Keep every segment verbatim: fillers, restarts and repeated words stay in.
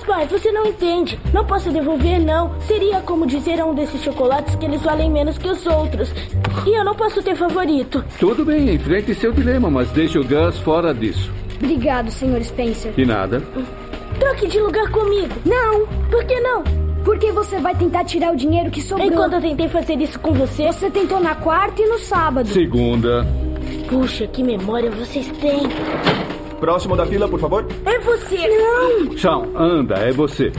Mas pai, você não entende. Não posso devolver, não. Seria como dizer a um desses chocolates que eles valem menos que os outros. E eu não posso ter favorito. Tudo bem, enfrente seu dilema, mas deixe o Gus fora disso. Obrigado, senhor Spencer. De nada. Troque de lugar comigo. Não. Por que não? Porque você vai tentar tirar o dinheiro que sobrou. Enquanto eu tentei fazer isso com você... Você tentou na quarta e no sábado. Segunda. Puxa, que memória vocês têm. Próximo da fila, por favor. É você. Não. Shawn, anda, é você.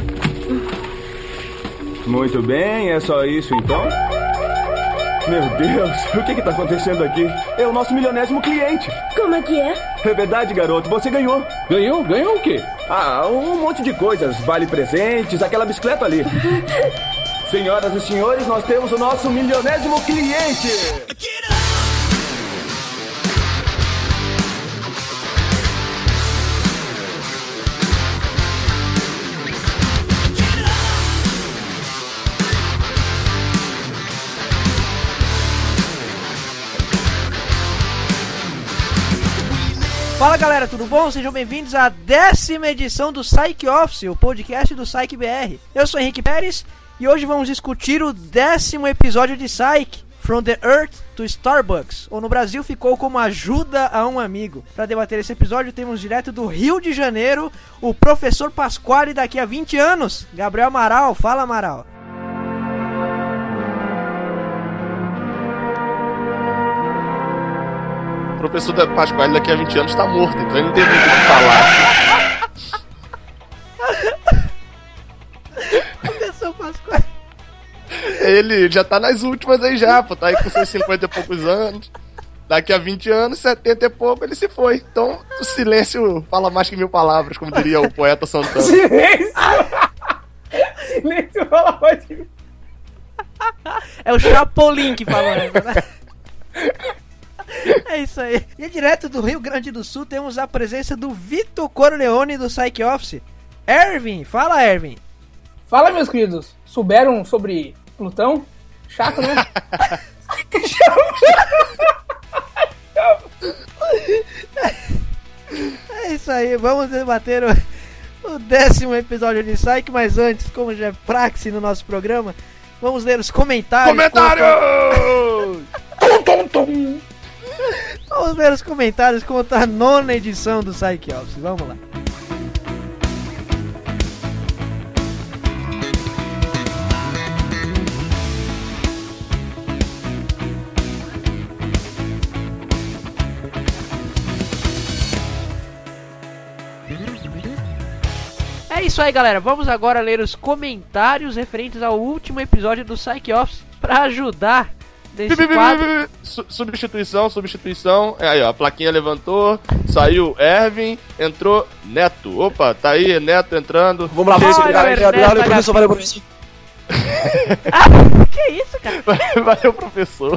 Muito bem, é só isso então? Meu Deus, o que que tá acontecendo aqui? É o nosso milionésimo cliente. Como é que é? É verdade, garoto, você ganhou. Ganhou? Ganhou o quê? Ah, um monte de coisas, vale presentes, aquela bicicleta ali. Senhoras e senhores, nós temos o nosso milionésimo cliente. Fala galera, tudo bom? Sejam bem-vindos à décima edição do Psych Office, o podcast do Psych B R. Eu sou Henrique Pérez e hoje vamos discutir o décimo episódio de Psych, From the Earth to Starbucks, ou no Brasil ficou como Ajuda a um Amigo. Para debater esse episódio temos direto do Rio de Janeiro o professor Pasquale daqui a vinte anos, Gabriel Amaral. Fala, Amaral. O professor da Pasquale daqui a vinte anos tá morto, então ele não tem muito o que falar. Professor Pasquale. Ele já tá nas últimas aí já, pô, tá aí com seus cinquenta e poucos anos. Daqui a vinte anos, setenta e pouco, ele se foi. Então, o silêncio fala mais que mil palavras, como diria o poeta Santana. Silêncio! Silêncio fala mais que mil. É o Chapolin que falou essa, né? É isso aí. E direto do Rio Grande do Sul temos a presença do Vitor Corleone do Psych Office. Ervin, fala Ervin. Fala, meus queridos. Souberam sobre Plutão? Chato, né? É isso aí, vamos debater o, o décimo episódio de Psych, mas antes, como já é praxe no nosso programa, vamos ler os comentários. Comentários! Tum, tum, tum. Vamos ver os comentários quanto à nona edição do Psych Office. Vamos lá. É isso aí, galera. Vamos agora ler os comentários referentes ao último episódio do Psych Office para ajudar desse quadro. Substituição, substituição. É aí, ó, a plaquinha levantou, saiu Ervin, entrou Neto. Opa, tá aí, Neto entrando. Vamos lá, professor. Valeu, professor. Valeu, professor. Ah, que isso, cara? Valeu, professor.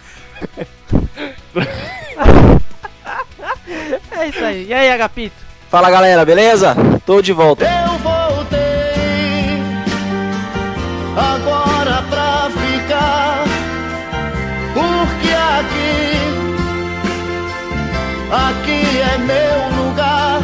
É isso aí. E aí, Agapito? Fala, galera, beleza? Tô de volta. Eu voltei agora pra ficar, porque aqui, aqui é meu lugar.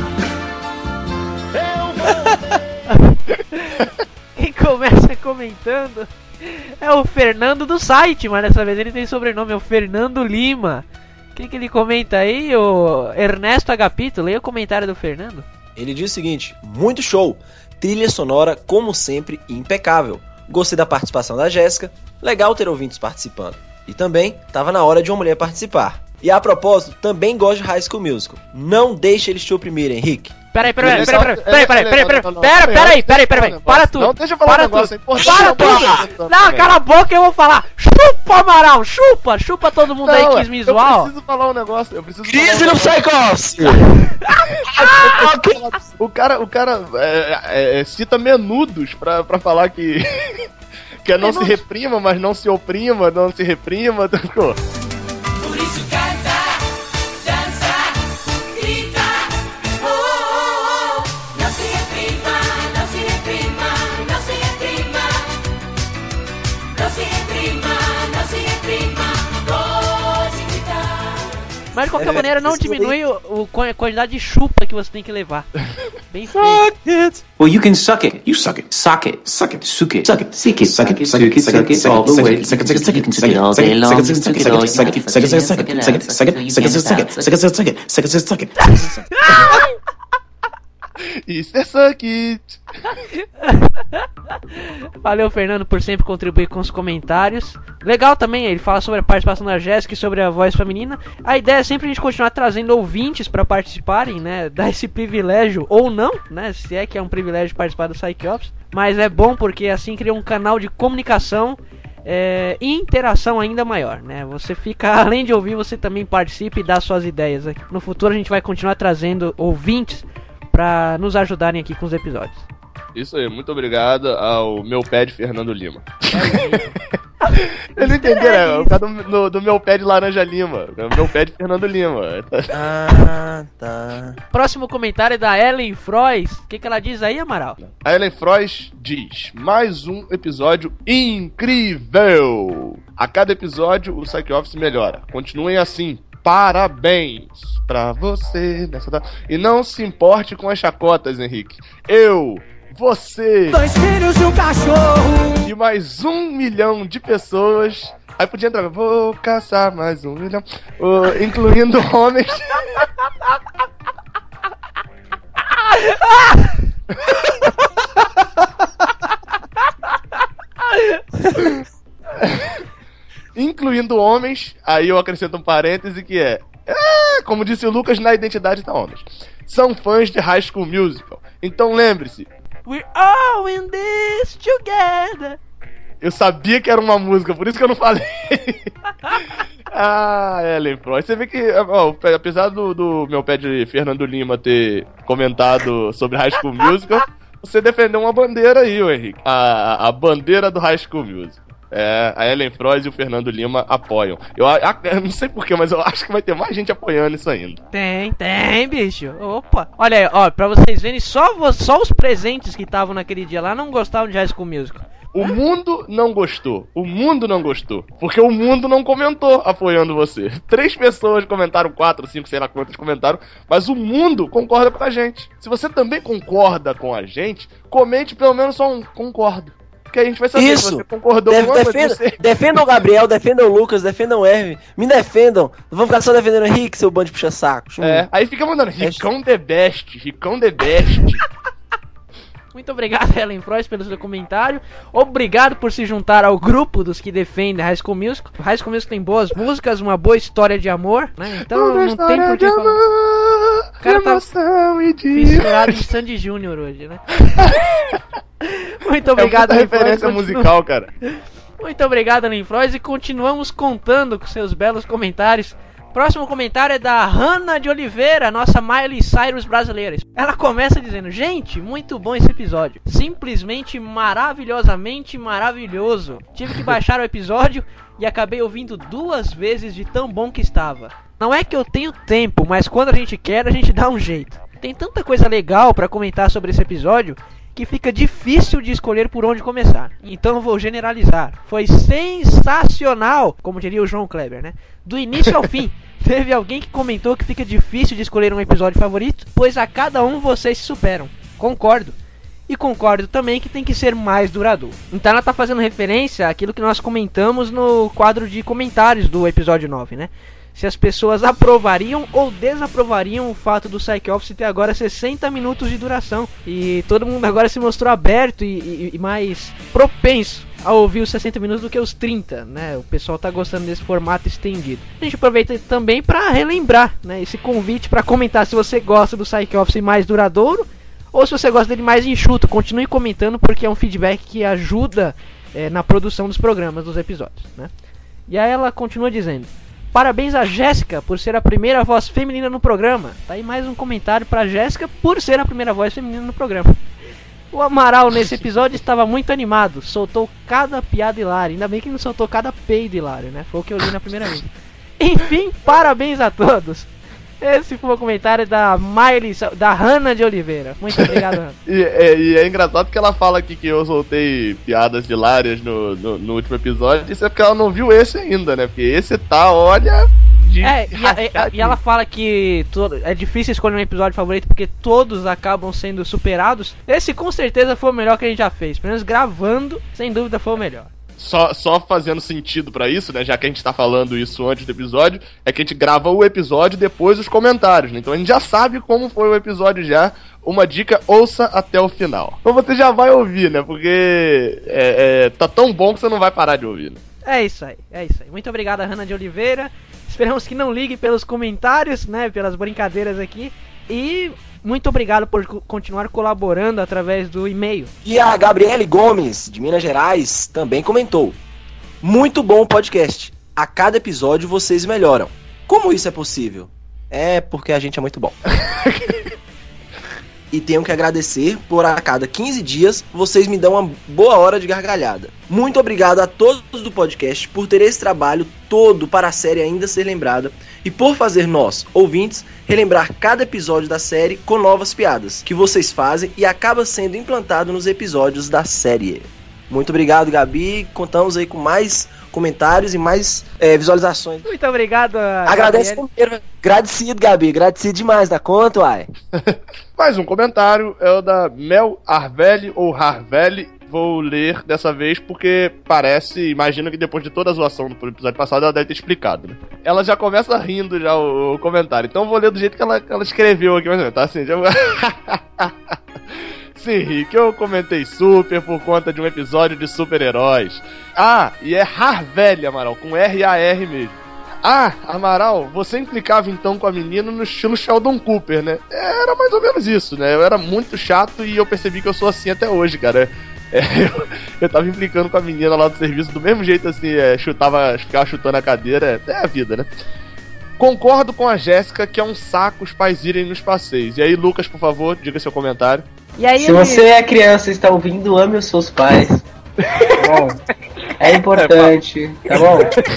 Eu voltei. Quem começa comentando é o Fernando do site, mas dessa vez ele tem sobrenome, é o Fernando Lima. O que, que ele comenta aí, o Ernesto Agapito? Leia o comentário do Fernando. Ele diz o seguinte: muito show, trilha sonora como sempre impecável. Gostei da participação da Jéssica, legal ter ouvintes participando. E também, tava na hora de uma mulher participar. E a propósito, também gosto de High School Musical. Não deixe eles te oprimirem, Henrique. Peraí, peraí, peraí, peraí, peraí, peraí, peraí, peraí, peraí, peraí, peraí, peraí, para tudo. Não, deixa eu falar um negócio, é importante. Para tudo. Não, cala a boca, eu vou falar. Chupa, Amaral, chupa, chupa todo mundo aí que quis me zoar. Eu preciso falar um negócio, eu preciso Crise no Psych Office. O cara, o cara é, é, cita menudos pra, pra falar que... que é não se reprima, mas não se oprima, não se reprima. Pô. Por isso canta, dança, grita, oh, oh, oh. Não se reprima, não se reprima, não se reprima. Não se reprima, não se reprima, pode gritar. Mas de qualquer É, maneira não esse diminui o, o, a quantidade de chupa que você tem que levar. Bem feito. Well, you can suck it. You suck it. Suck it. Suck it. Suck it. Suck it. Suck it. Suck it. Suck it. Suck it. All the way. Suck it. Suck it. Suck it. Suck it all day long. Suck it all. Suck it. Suck it. Suck it. Suck it. Suck it. Suck it. Suck it. Suck it. Suck it. Suck it. Suck it. Suck it. Isso é suck it. Valeu, Fernando, por sempre contribuir com os comentários. Legal também, ele fala sobre a participação da Jéssica e sobre a voz feminina. A ideia é sempre a gente continuar trazendo ouvintes para participarem, né? Dar esse privilégio, ou não, né? Se é que é um privilégio participar do Psych Office. Mas é bom porque assim cria um canal de comunicação é, e interação ainda maior, né? Você fica, além de ouvir, você também participa e dá suas ideias. No futuro a gente vai continuar trazendo ouvintes para nos ajudarem aqui com os episódios. Isso aí, muito obrigado ao meu pé de Fernando Lima. Ele entendeu, né? O cara do, do, do meu pé de Laranja Lima. Meu pé de Fernando Lima. Ah, tá. Próximo comentário é da Ellen Frois. O que, que ela diz aí, Amaral? A Ellen Frois diz: mais um episódio incrível! A cada episódio o Psych Office melhora. Continuem assim. Parabéns pra você nessa data. E não se importe com as chacotas, Henrique. Eu, você, dois filhos e um cachorro e mais um milhão de pessoas. Aí podia entrar, vou caçar mais um milhão, uh, incluindo homens. Incluindo homens, aí eu acrescento um parêntese que é, é, como disse o Lucas, na identidade tá homens. São fãs de High School Musical. Então lembre-se, we're all in this together. Eu sabia que era uma música, por isso que eu não falei. Ah, Ellen Frois. Você vê que, ó, apesar do, do meu pé de Fernando Lima ter comentado sobre High School Musical, você defendeu uma bandeira aí, ô Henrique. A, a bandeira do High School Musical. É, a Ellen Frois e o Fernando Lima apoiam. Eu, eu não sei porquê, mas eu acho que vai ter mais gente apoiando isso ainda. Tem, tem, bicho. Opa. Olha aí, ó, pra vocês verem, só, só os presentes que estavam naquele dia lá não gostavam de High School Musical. O mundo não gostou. O mundo não gostou. Porque o mundo não comentou apoiando você. Três pessoas comentaram, quatro, cinco, sei lá quantas comentaram. Mas o mundo concorda com a gente. Se você também concorda com a gente, comente pelo menos só um concordo. Que a gente vai saber Isso. se você concordou Def, com uma defenda, coisa. Defendam o Gabriel, defendam o Lucas, defendam o Hermes. Me defendam. Não vamos ficar só defendendo o Henrique, seu bando de puxa-sacos. É, aí fica mandando Ricão the best, Ricão the best. Muito obrigado, Ellen Frois, pelo seu comentário. Obrigado por se juntar ao grupo dos que defendem High School Musical. High School Musical tem boas músicas, uma boa história de amor, né? Então uma não tem por que falar. O cara tá fissurado em Sandy Júnior hoje, né? Muito obrigado, é Ellen Frois. referência musical, cara. Muito obrigado, Ellen Frois, e continuamos contando com seus belos comentários. Próximo comentário é da Hannah de Oliveira, nossa Miley Cyrus brasileira. Ela começa dizendo: gente, muito bom esse episódio. Simplesmente maravilhosamente maravilhoso. Tive que baixar o episódio e acabei ouvindo duas vezes de tão bom que estava. Não é que eu tenho tempo, mas quando a gente quer, a gente dá um jeito. Tem tanta coisa legal pra comentar sobre esse episódio que fica difícil de escolher por onde começar. Então vou generalizar. Foi sensacional, como diria o João Kleber, né? Do início ao fim. Teve alguém que comentou que fica difícil de escolher um episódio favorito, pois a cada um vocês se superam. Concordo. E concordo também que tem que ser mais duradouro. Então ela tá fazendo referência àquilo que nós comentamos no quadro de comentários do episódio nove, né? Se as pessoas aprovariam ou desaprovariam o fato do Psych Office ter agora sessenta minutos de duração. E todo mundo agora se mostrou aberto e, e, e mais propenso a ouvir os sessenta minutos do que os trinta, né? O pessoal tá gostando desse formato estendido. A gente aproveita também para relembrar, né, esse convite para comentar se você gosta do Psych Office mais duradouro ou se você gosta dele mais enxuto. Continue comentando porque é um feedback que ajuda é, na produção dos programas, dos episódios, né? E aí ela continua dizendo: parabéns a Jéssica por ser a primeira voz feminina no programa. Tá aí mais um comentário pra Jéssica por ser a primeira voz feminina no programa. O Amaral nesse episódio estava muito animado, soltou cada piada hilária. Ainda bem que não soltou cada peido hilário, né? Foi o que eu li na primeira vez. Enfim, parabéns a todos. Esse foi o comentário da Miley, da Hannah de Oliveira. Muito obrigado, Hannah. E é, e é engraçado que ela fala aqui que eu soltei piadas hilárias no, no, no último episódio. Isso é porque ela não viu esse ainda, né? Porque esse tá, olha, de É, e, rachar a- de e ela fala que to- é difícil escolher um episódio favorito porque todos acabam sendo superados. Esse com certeza foi o melhor que a gente já fez. Pelo menos gravando, sem dúvida foi o melhor. Só, só fazendo sentido pra isso, né? Já que a gente tá falando isso antes do episódio, é que a gente grava o episódio depois dos comentários, né? Então a gente já sabe como foi o episódio já. Uma dica, ouça até o final. Então você já vai ouvir, né? Porque é, é, tá tão bom que você não vai parar de ouvir, né? É isso aí, é isso aí. Muito obrigado a Hanna de Oliveira. Esperamos que não ligue pelos comentários, né? Pelas brincadeiras aqui. E muito obrigado por co- continuar colaborando através do e-mail. E a Gabriele Gomes, de Minas Gerais, também comentou: muito bom o podcast. A cada episódio vocês melhoram. Como isso é possível? É porque a gente é muito bom. E tenho que agradecer por a cada quinze dias vocês me dão uma boa hora de gargalhada. Muito obrigado a todos do podcast por ter esse trabalho todo para a série ainda ser lembrada e por fazer nós, ouvintes, relembrar cada episódio da série com novas piadas que vocês fazem e acaba sendo implantado nos episódios da série. Muito obrigado, Gabi. Contamos aí com mais comentários e mais é, visualizações. Muito obrigado a Agradece Gabriele. primeiro. Agradecido, Gabi. Agradecido demais da conta, uai. Mais um comentário é o da Mel Arvelli ou Harvelli. Vou ler dessa vez porque parece, imagino que depois de toda a zoação do episódio passado ela deve ter explicado, né? Ela já começa rindo já o, o comentário, então eu vou ler do jeito que ela, que ela escreveu aqui, mas tá assim, já... Sim, Rick, eu comentei super por conta de um episódio de super-heróis. Ah, e é Harvelli, Amaral, com R A R mesmo. Ah, Amaral, você implicava então com a menina no estilo Sheldon Cooper, né? Era mais ou menos isso, né? Eu era muito chato e eu percebi que eu sou assim até hoje, cara. É, eu, eu tava implicando com a menina lá do serviço do mesmo jeito, assim, é, chutava, ficava chutando a cadeira. É a vida, né? Concordo com a Jéssica que é um saco os pais irem nos passeios. E aí, Lucas, por favor, diga seu comentário. E aí Se ele- você é criança e está ouvindo, ame os seus pais. Tá bom? É importante, tá bom?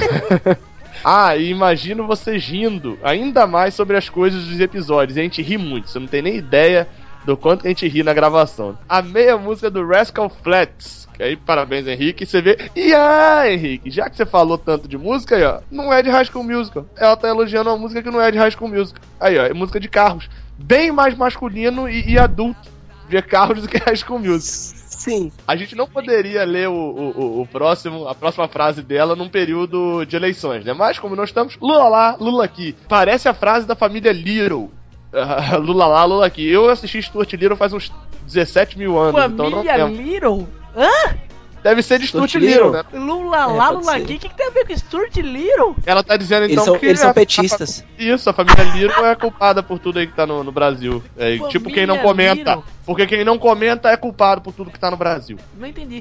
Ah, e imagino vocês rindo ainda mais sobre as coisas dos episódios. E a gente ri muito, você não tem nem ideia do quanto que a gente ri na gravação. Amei a música do Rascal Flatts. Que aí, parabéns, Henrique. Você vê. E ah, Henrique, já que você falou tanto de música aí, ó, não é de High School Musical. Ela tá elogiando uma música que não é de High School Musical. Aí, ó, é música de carros. Bem mais masculino e, e adulto de carros do que High School Musical. Sim. A gente não poderia ler o, o, o próximo, a próxima frase dela num período de eleições, né? Mas como nós estamos, Lula lá, Lula aqui. Parece a frase da família Little. Uh, Lula lá, Lula aqui. Eu assisti Stuart Little faz uns dezessete mil anos, então não Família lembro. Little? Hã? Deve ser de Stuart, Stuart Little, Little. né? Lula É, lá, pode Lula ser. aqui? O que, que tem a ver com Stuart Little? Ela tá dizendo então Eles são, que eles são a- petistas. a- isso, a família Little é culpada por tudo aí que tá no, no Brasil. É, Família tipo quem não comenta. Little. Porque quem não comenta é culpado por tudo que tá no Brasil. Não entendi.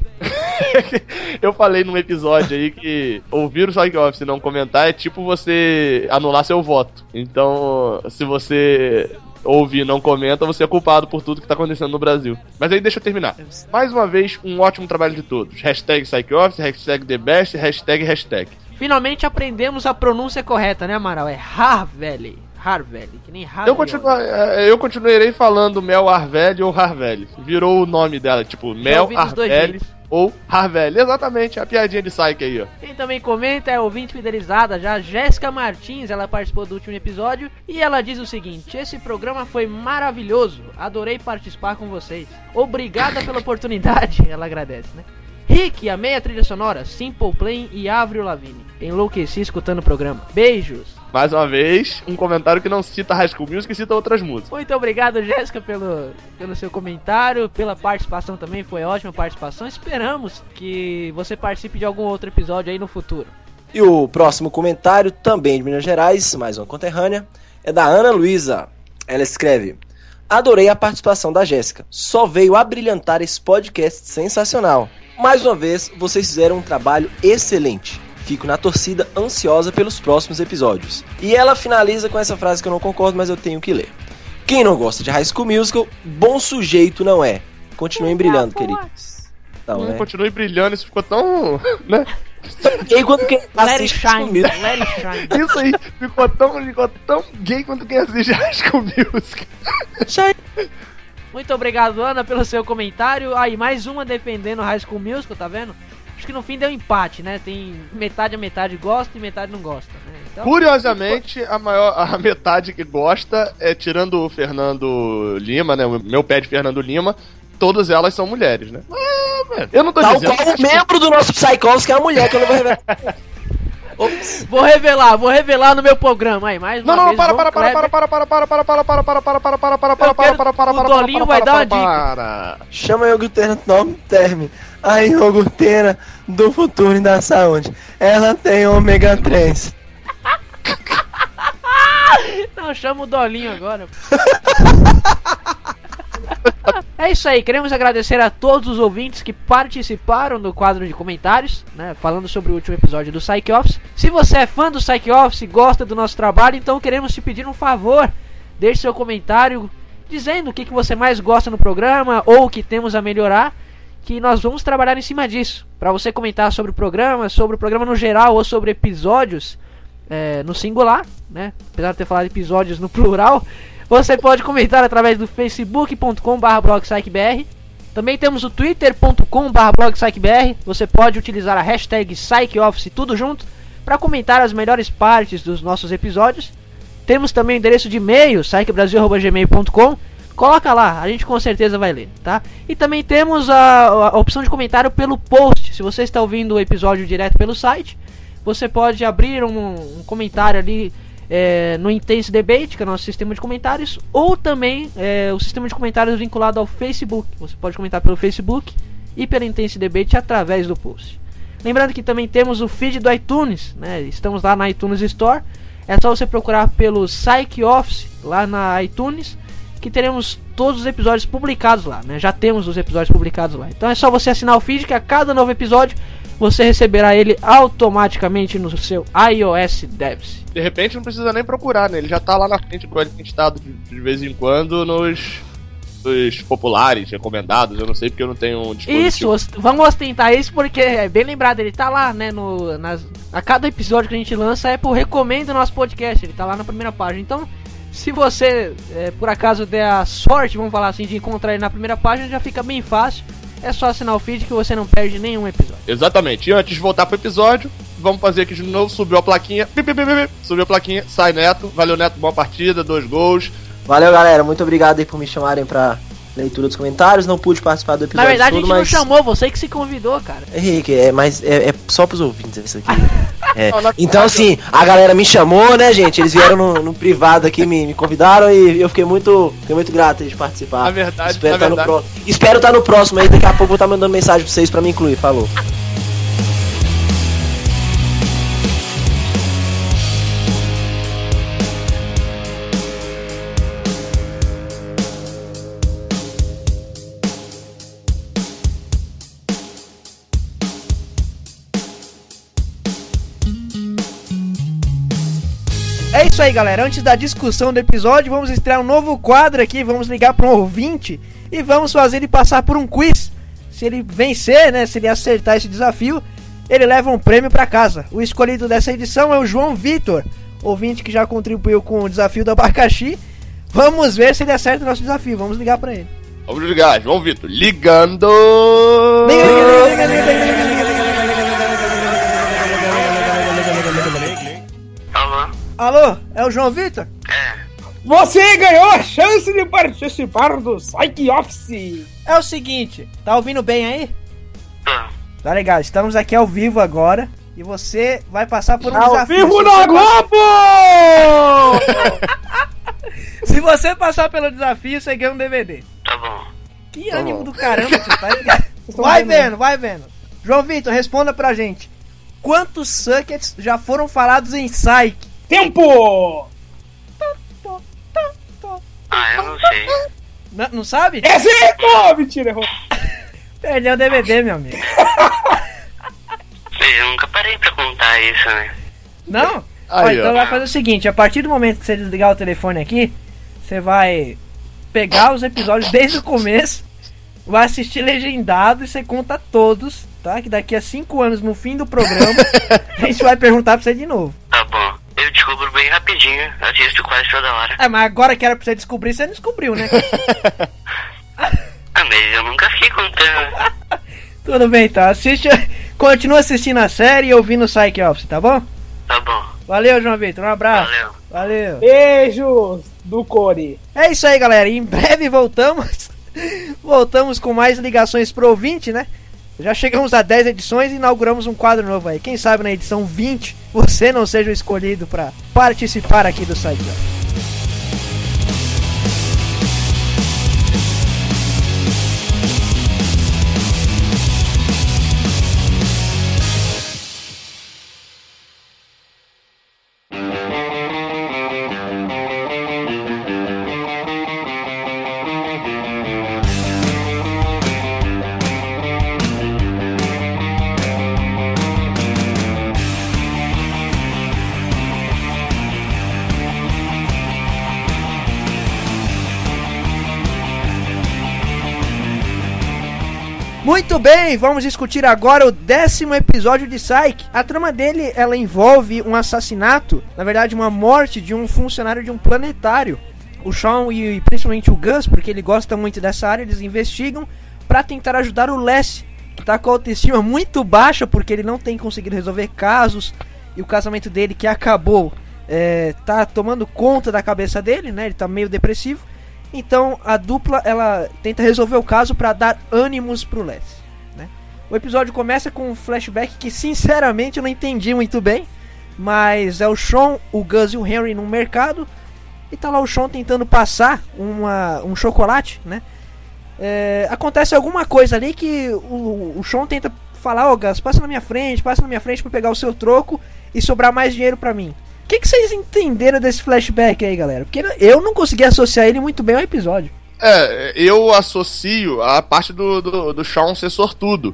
Eu falei num episódio aí que ouvir o Psych Office e não comentar é tipo você anular seu voto. Então, se você ouve e não comenta, você é culpado por tudo que tá acontecendo no Brasil. Mas aí deixa eu terminar. Mais uma vez, um ótimo trabalho de todos. Hashtag Psych Office, hashtag The Best, hashtag hashtag. Finalmente aprendemos a pronúncia correta, né, Amaral? É Harvelli. Harvelli, que nem Harvelli. Eu, continua, é, eu continuarei falando Mel Arvelli ou Harvelli. Virou o nome dela, tipo Mel ouvi dos dois Arvelli jeitos. ou Harvelli. Exatamente, a piadinha de Psyche aí, ó. Quem também comenta é a ouvinte fidelizada já, Jéssica Martins. Ela participou do último episódio e ela diz o seguinte: esse programa foi maravilhoso, adorei participar com vocês. Obrigada pela oportunidade. Ela agradece, né? Rick, amei a trilha sonora, Simple Plan e Avril Lavigne. Enlouqueci escutando o programa. Beijos. Mais uma vez, um comentário que não cita High School Music e cita outras músicas. Muito obrigado, Jéssica, pelo, pelo seu comentário, pela participação também, foi ótima participação. Esperamos que você participe de algum outro episódio aí no futuro. E o próximo comentário, também de Minas Gerais, mais uma conterrânea, é da Ana Luísa. Ela escreve: adorei a participação da Jéssica, só veio abrilhantar esse podcast sensacional. Mais uma vez, vocês fizeram um trabalho excelente. Fico na torcida ansiosa pelos próximos episódios. E ela finaliza com essa frase que eu não concordo, mas eu tenho que ler. Quem não gosta de High School Musical, bom sujeito não é. Continuem brilhando, queridos. Então, Hum, né? Continue brilhando, isso ficou tão... né? Gay quando quem Let it assiste High School shine, Musical. let it shine. Isso aí ficou tão, ficou tão gay quanto quem assiste High School Music. Muito obrigado, Ana, pelo seu comentário. Aí, mais uma defendendo High School Musical, tá vendo? Acho que no fim deu empate, né? Tem metade a metade gosta e metade não gosta, né? Então, curiosamente, a maior, a metade que gosta é, tirando o Fernando Lima, né? O meu pé de Fernando Lima, todas elas são mulheres, né? É, eu não tô Tal dizendo. qual o membro do nosso Psychos, que é a mulher, que eu não vou revelar. Ops. Vou revelar, vou revelar no meu programa aí, mais uma Não, não, vez. para, João para, para, Kleber. para, para, para, para, para, para, para, para, para, para, para, para, Eu quero- para, para, o para, Dolinho vai dar uma dica. para. Chama a iogurteira nome termo. A iogurteira do futuro e da saúde. Ela tem ômega três. Não, chama o Dolinho agora. É isso aí, queremos agradecer a todos os ouvintes que participaram do quadro de comentários, né, falando sobre o último episódio do Psych Office. Se você é fã do Psych Office, gosta do nosso trabalho, então queremos te pedir um favor. Deixe seu comentário dizendo o que, que você mais gosta no programa ou o que temos a melhorar, que nós vamos trabalhar em cima disso. Para você comentar sobre o programa, sobre o programa no geral ou sobre episódios é, no singular, né, apesar de ter falado episódios no plural. Você pode comentar através do facebook ponto com barra blog psych b r. Também temos o twitter ponto com barra blog psych b r. Você pode utilizar a hashtag PsychOffice tudo junto para comentar as melhores partes dos nossos episódios. Temos também o endereço de e-mail, psych brasil arroba gmail ponto com. Coloca lá, a gente com certeza vai ler, tá? E também temos a, a opção de comentário pelo post. Se você está ouvindo o episódio direto pelo site, você pode abrir um, um comentário ali É, no Intense Debate, que é o nosso sistema de comentários, ou também é, o sistema de comentários vinculado ao Facebook. Você pode comentar pelo Facebook e pelo Intense Debate através do post. Lembrando que também temos o feed do iTunes, né? Estamos lá na iTunes Store. É só você procurar pelo Psych Office lá na iTunes, que teremos todos os episódios publicados lá, né? Já temos os episódios publicados lá. Então é só você assinar o feed, que a cada novo episódio você receberá ele automaticamente no seu iOS Devs. De repente não precisa nem procurar, né? Ele já tá lá na frente, igual ele tem estado de, de vez em quando nos, nos populares, recomendados. Eu não sei porque eu não tenho um dispositivo. Isso, ost- vamos ostentar isso porque é bem lembrado, ele tá lá, né, no, nas, a cada episódio que a gente lança é por recomendo nosso podcast, ele tá lá na primeira página. Então, se você, é, por acaso, der a sorte, vamos falar assim, de encontrar ele na primeira página, já fica bem fácil. É só assinar o feed que você não perde nenhum episódio. Exatamente. E antes de voltar pro episódio, vamos fazer aqui de novo. Subiu a plaquinha. Pi, pi, pi, pi, pi. Subiu a plaquinha. Sai Neto. Valeu, Neto. Boa partida. Dois gols. Valeu, galera. Muito obrigado aí por me chamarem pra leitura dos comentários. Não pude participar do episódio Na verdade, todo, a gente mas... não chamou, você que se convidou, cara. Henrique, é, mas é, é só pros ouvintes isso aqui. É. Não, na Então, verdade, assim, a galera me chamou, né, gente? Eles vieram no, no privado aqui, me, me convidaram e eu fiquei muito, fiquei muito grato de participar. Na verdade, Espero na tá verdade. no próximo. Espero estar tá no próximo aí. Daqui a pouco eu vou estar tá mandando mensagem pra vocês pra me incluir. Falou. É isso aí, galera. Antes da discussão do episódio, vamos estrear um novo quadro aqui. Vamos ligar para um ouvinte e vamos fazer ele passar por um quiz. Se ele vencer, né, se ele acertar esse desafio, ele leva um prêmio para casa. O escolhido dessa edição é o João Vitor, ouvinte que já contribuiu com o desafio do abacaxi. Vamos ver se ele acerta o nosso desafio. Vamos ligar para ele. Vamos ligar. João Vitor. Ligando. Liga, liga, liga, liga, liga, liga, liga, liga, liga. Alô, é o João Vitor? Você ganhou a chance de participar do Psych Office. É o seguinte, tá ouvindo bem aí? Tá legal, estamos aqui ao vivo agora e você vai passar por um Ao desafio. vivo Se na você Globo! pa- Se você passar pelo desafio, você ganha um D V D. Tá bom. Que Tá ânimo bom. do caramba, você tá ligado? estão Vai vendo, né? vendo, vai vendo. João Vitor, responda pra gente. Quantos sockets já foram falados em Psych? Tempo! Ah, eu não sei. Não, não sabe? É cinco! Mentira, errou. Perdeu o D V D, meu amigo. Eu nunca parei pra contar isso, né? Não? Aí, Ó, então ó. vai fazer o seguinte, a partir do momento que você desligar o telefone aqui, você vai pegar os episódios desde o começo, vai assistir legendado e você conta todos, tá? Que daqui a cinco anos, no fim do programa, a gente vai perguntar pra você de novo. Tá bom. Eu descubro bem rapidinho. Assisto quase toda hora. É, mas agora que era pra você descobrir, você não descobriu, né? Ah, mas eu nunca fiquei contando. Tudo bem, tá? Assiste, continua assistindo a série e ouvindo o Psych Office, tá bom? Tá bom. Valeu, João Vitor. Um abraço. Valeu. Valeu. Beijos do Core. É isso aí, galera. Em breve voltamos. Voltamos com mais ligações pro ouvinte, né? Já chegamos a dez edições e inauguramos um quadro novo aí. Quem sabe na edição vinte você não seja o escolhido para participar aqui do site. Muito bem, vamos discutir agora o décimo episódio de Psyche. A trama dele, ela envolve um assassinato, na verdade uma morte de um funcionário de um planetário. O Sean e principalmente o Gus, porque ele gosta muito dessa área, eles investigam para tentar ajudar o Les, que tá com a autoestima muito baixa porque ele não tem conseguido resolver casos, e o casamento dele que acabou é, tá tomando conta da cabeça dele, né? Ele tá meio depressivo. Então a dupla ela tenta resolver o caso para dar ânimos pro Les, né? O episódio começa com um flashback que sinceramente eu não entendi muito bem, mas é o Sean, o Gus e o Henry no mercado e tá lá o Sean tentando passar uma, um chocolate, né? É, acontece alguma coisa ali que o, o Sean tenta falar: ô Gus, passa na minha frente, passa na minha frente para pegar o seu troco e sobrar mais dinheiro para mim. O que, que vocês entenderam desse flashback aí, galera? Porque eu não consegui associar ele muito bem ao episódio. É, eu associo a parte do, do, do Sean ser sortudo.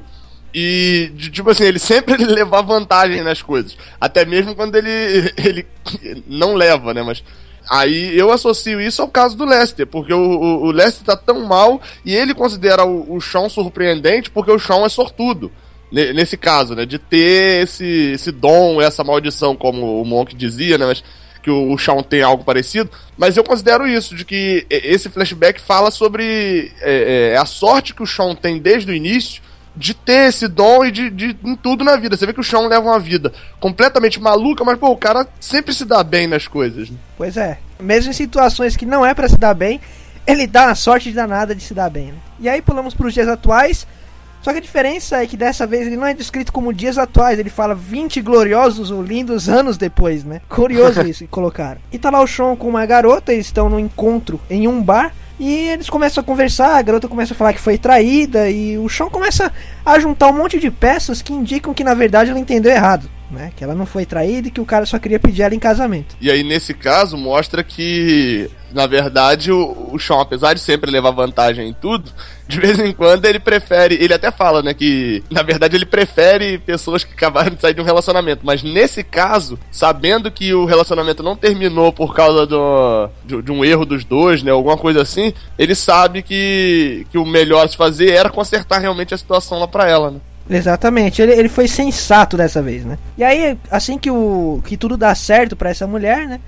E, de, tipo assim, ele sempre ele leva vantagem nas coisas. Até mesmo quando ele, ele não leva, né? Mas aí eu associo isso ao caso do Lester. Porque o, o, o Lester tá tão mal e ele considera o, o Sean surpreendente porque o Sean é sortudo. Nesse caso, né, de ter esse, esse dom, essa maldição, como o Monk dizia, né, mas que o, o Sean tem algo parecido, mas eu considero isso, de que esse flashback fala sobre é, é, a sorte que o Sean tem desde o início de ter esse dom e de, de em tudo na vida. Você vê que o Sean leva uma vida completamente maluca, mas pô, o cara sempre se dá bem nas coisas, né? Pois é, mesmo em situações que não é pra se dar bem, ele dá a sorte danada de se dar bem, né? E aí pulamos pros dias atuais. Só que a diferença é que dessa vez ele não é descrito como dias atuais, ele fala vinte gloriosos ou lindos anos depois, né? Curioso isso que colocaram. E tá lá o Sean com uma garota, eles estão num encontro em um bar e eles começam a conversar, a garota começa a falar que foi traída e o Sean começa a juntar um monte de peças que indicam que na verdade ela entendeu errado, né? Que ela não foi traída e que o cara só queria pedir ela em casamento. E aí nesse caso mostra que, na verdade, o, o Sean, apesar de sempre levar vantagem em tudo, de vez em quando ele prefere, ele até fala, né, que na verdade ele prefere pessoas que acabaram de sair de um relacionamento, mas nesse caso, sabendo que o relacionamento não terminou por causa do, de, de um erro dos dois, né, alguma coisa assim, ele sabe que, que o melhor a se fazer era consertar realmente a situação lá pra ela, né. Exatamente, ele, ele foi sensato dessa vez, né? E aí, assim que, o, que tudo dá certo pra essa mulher, né?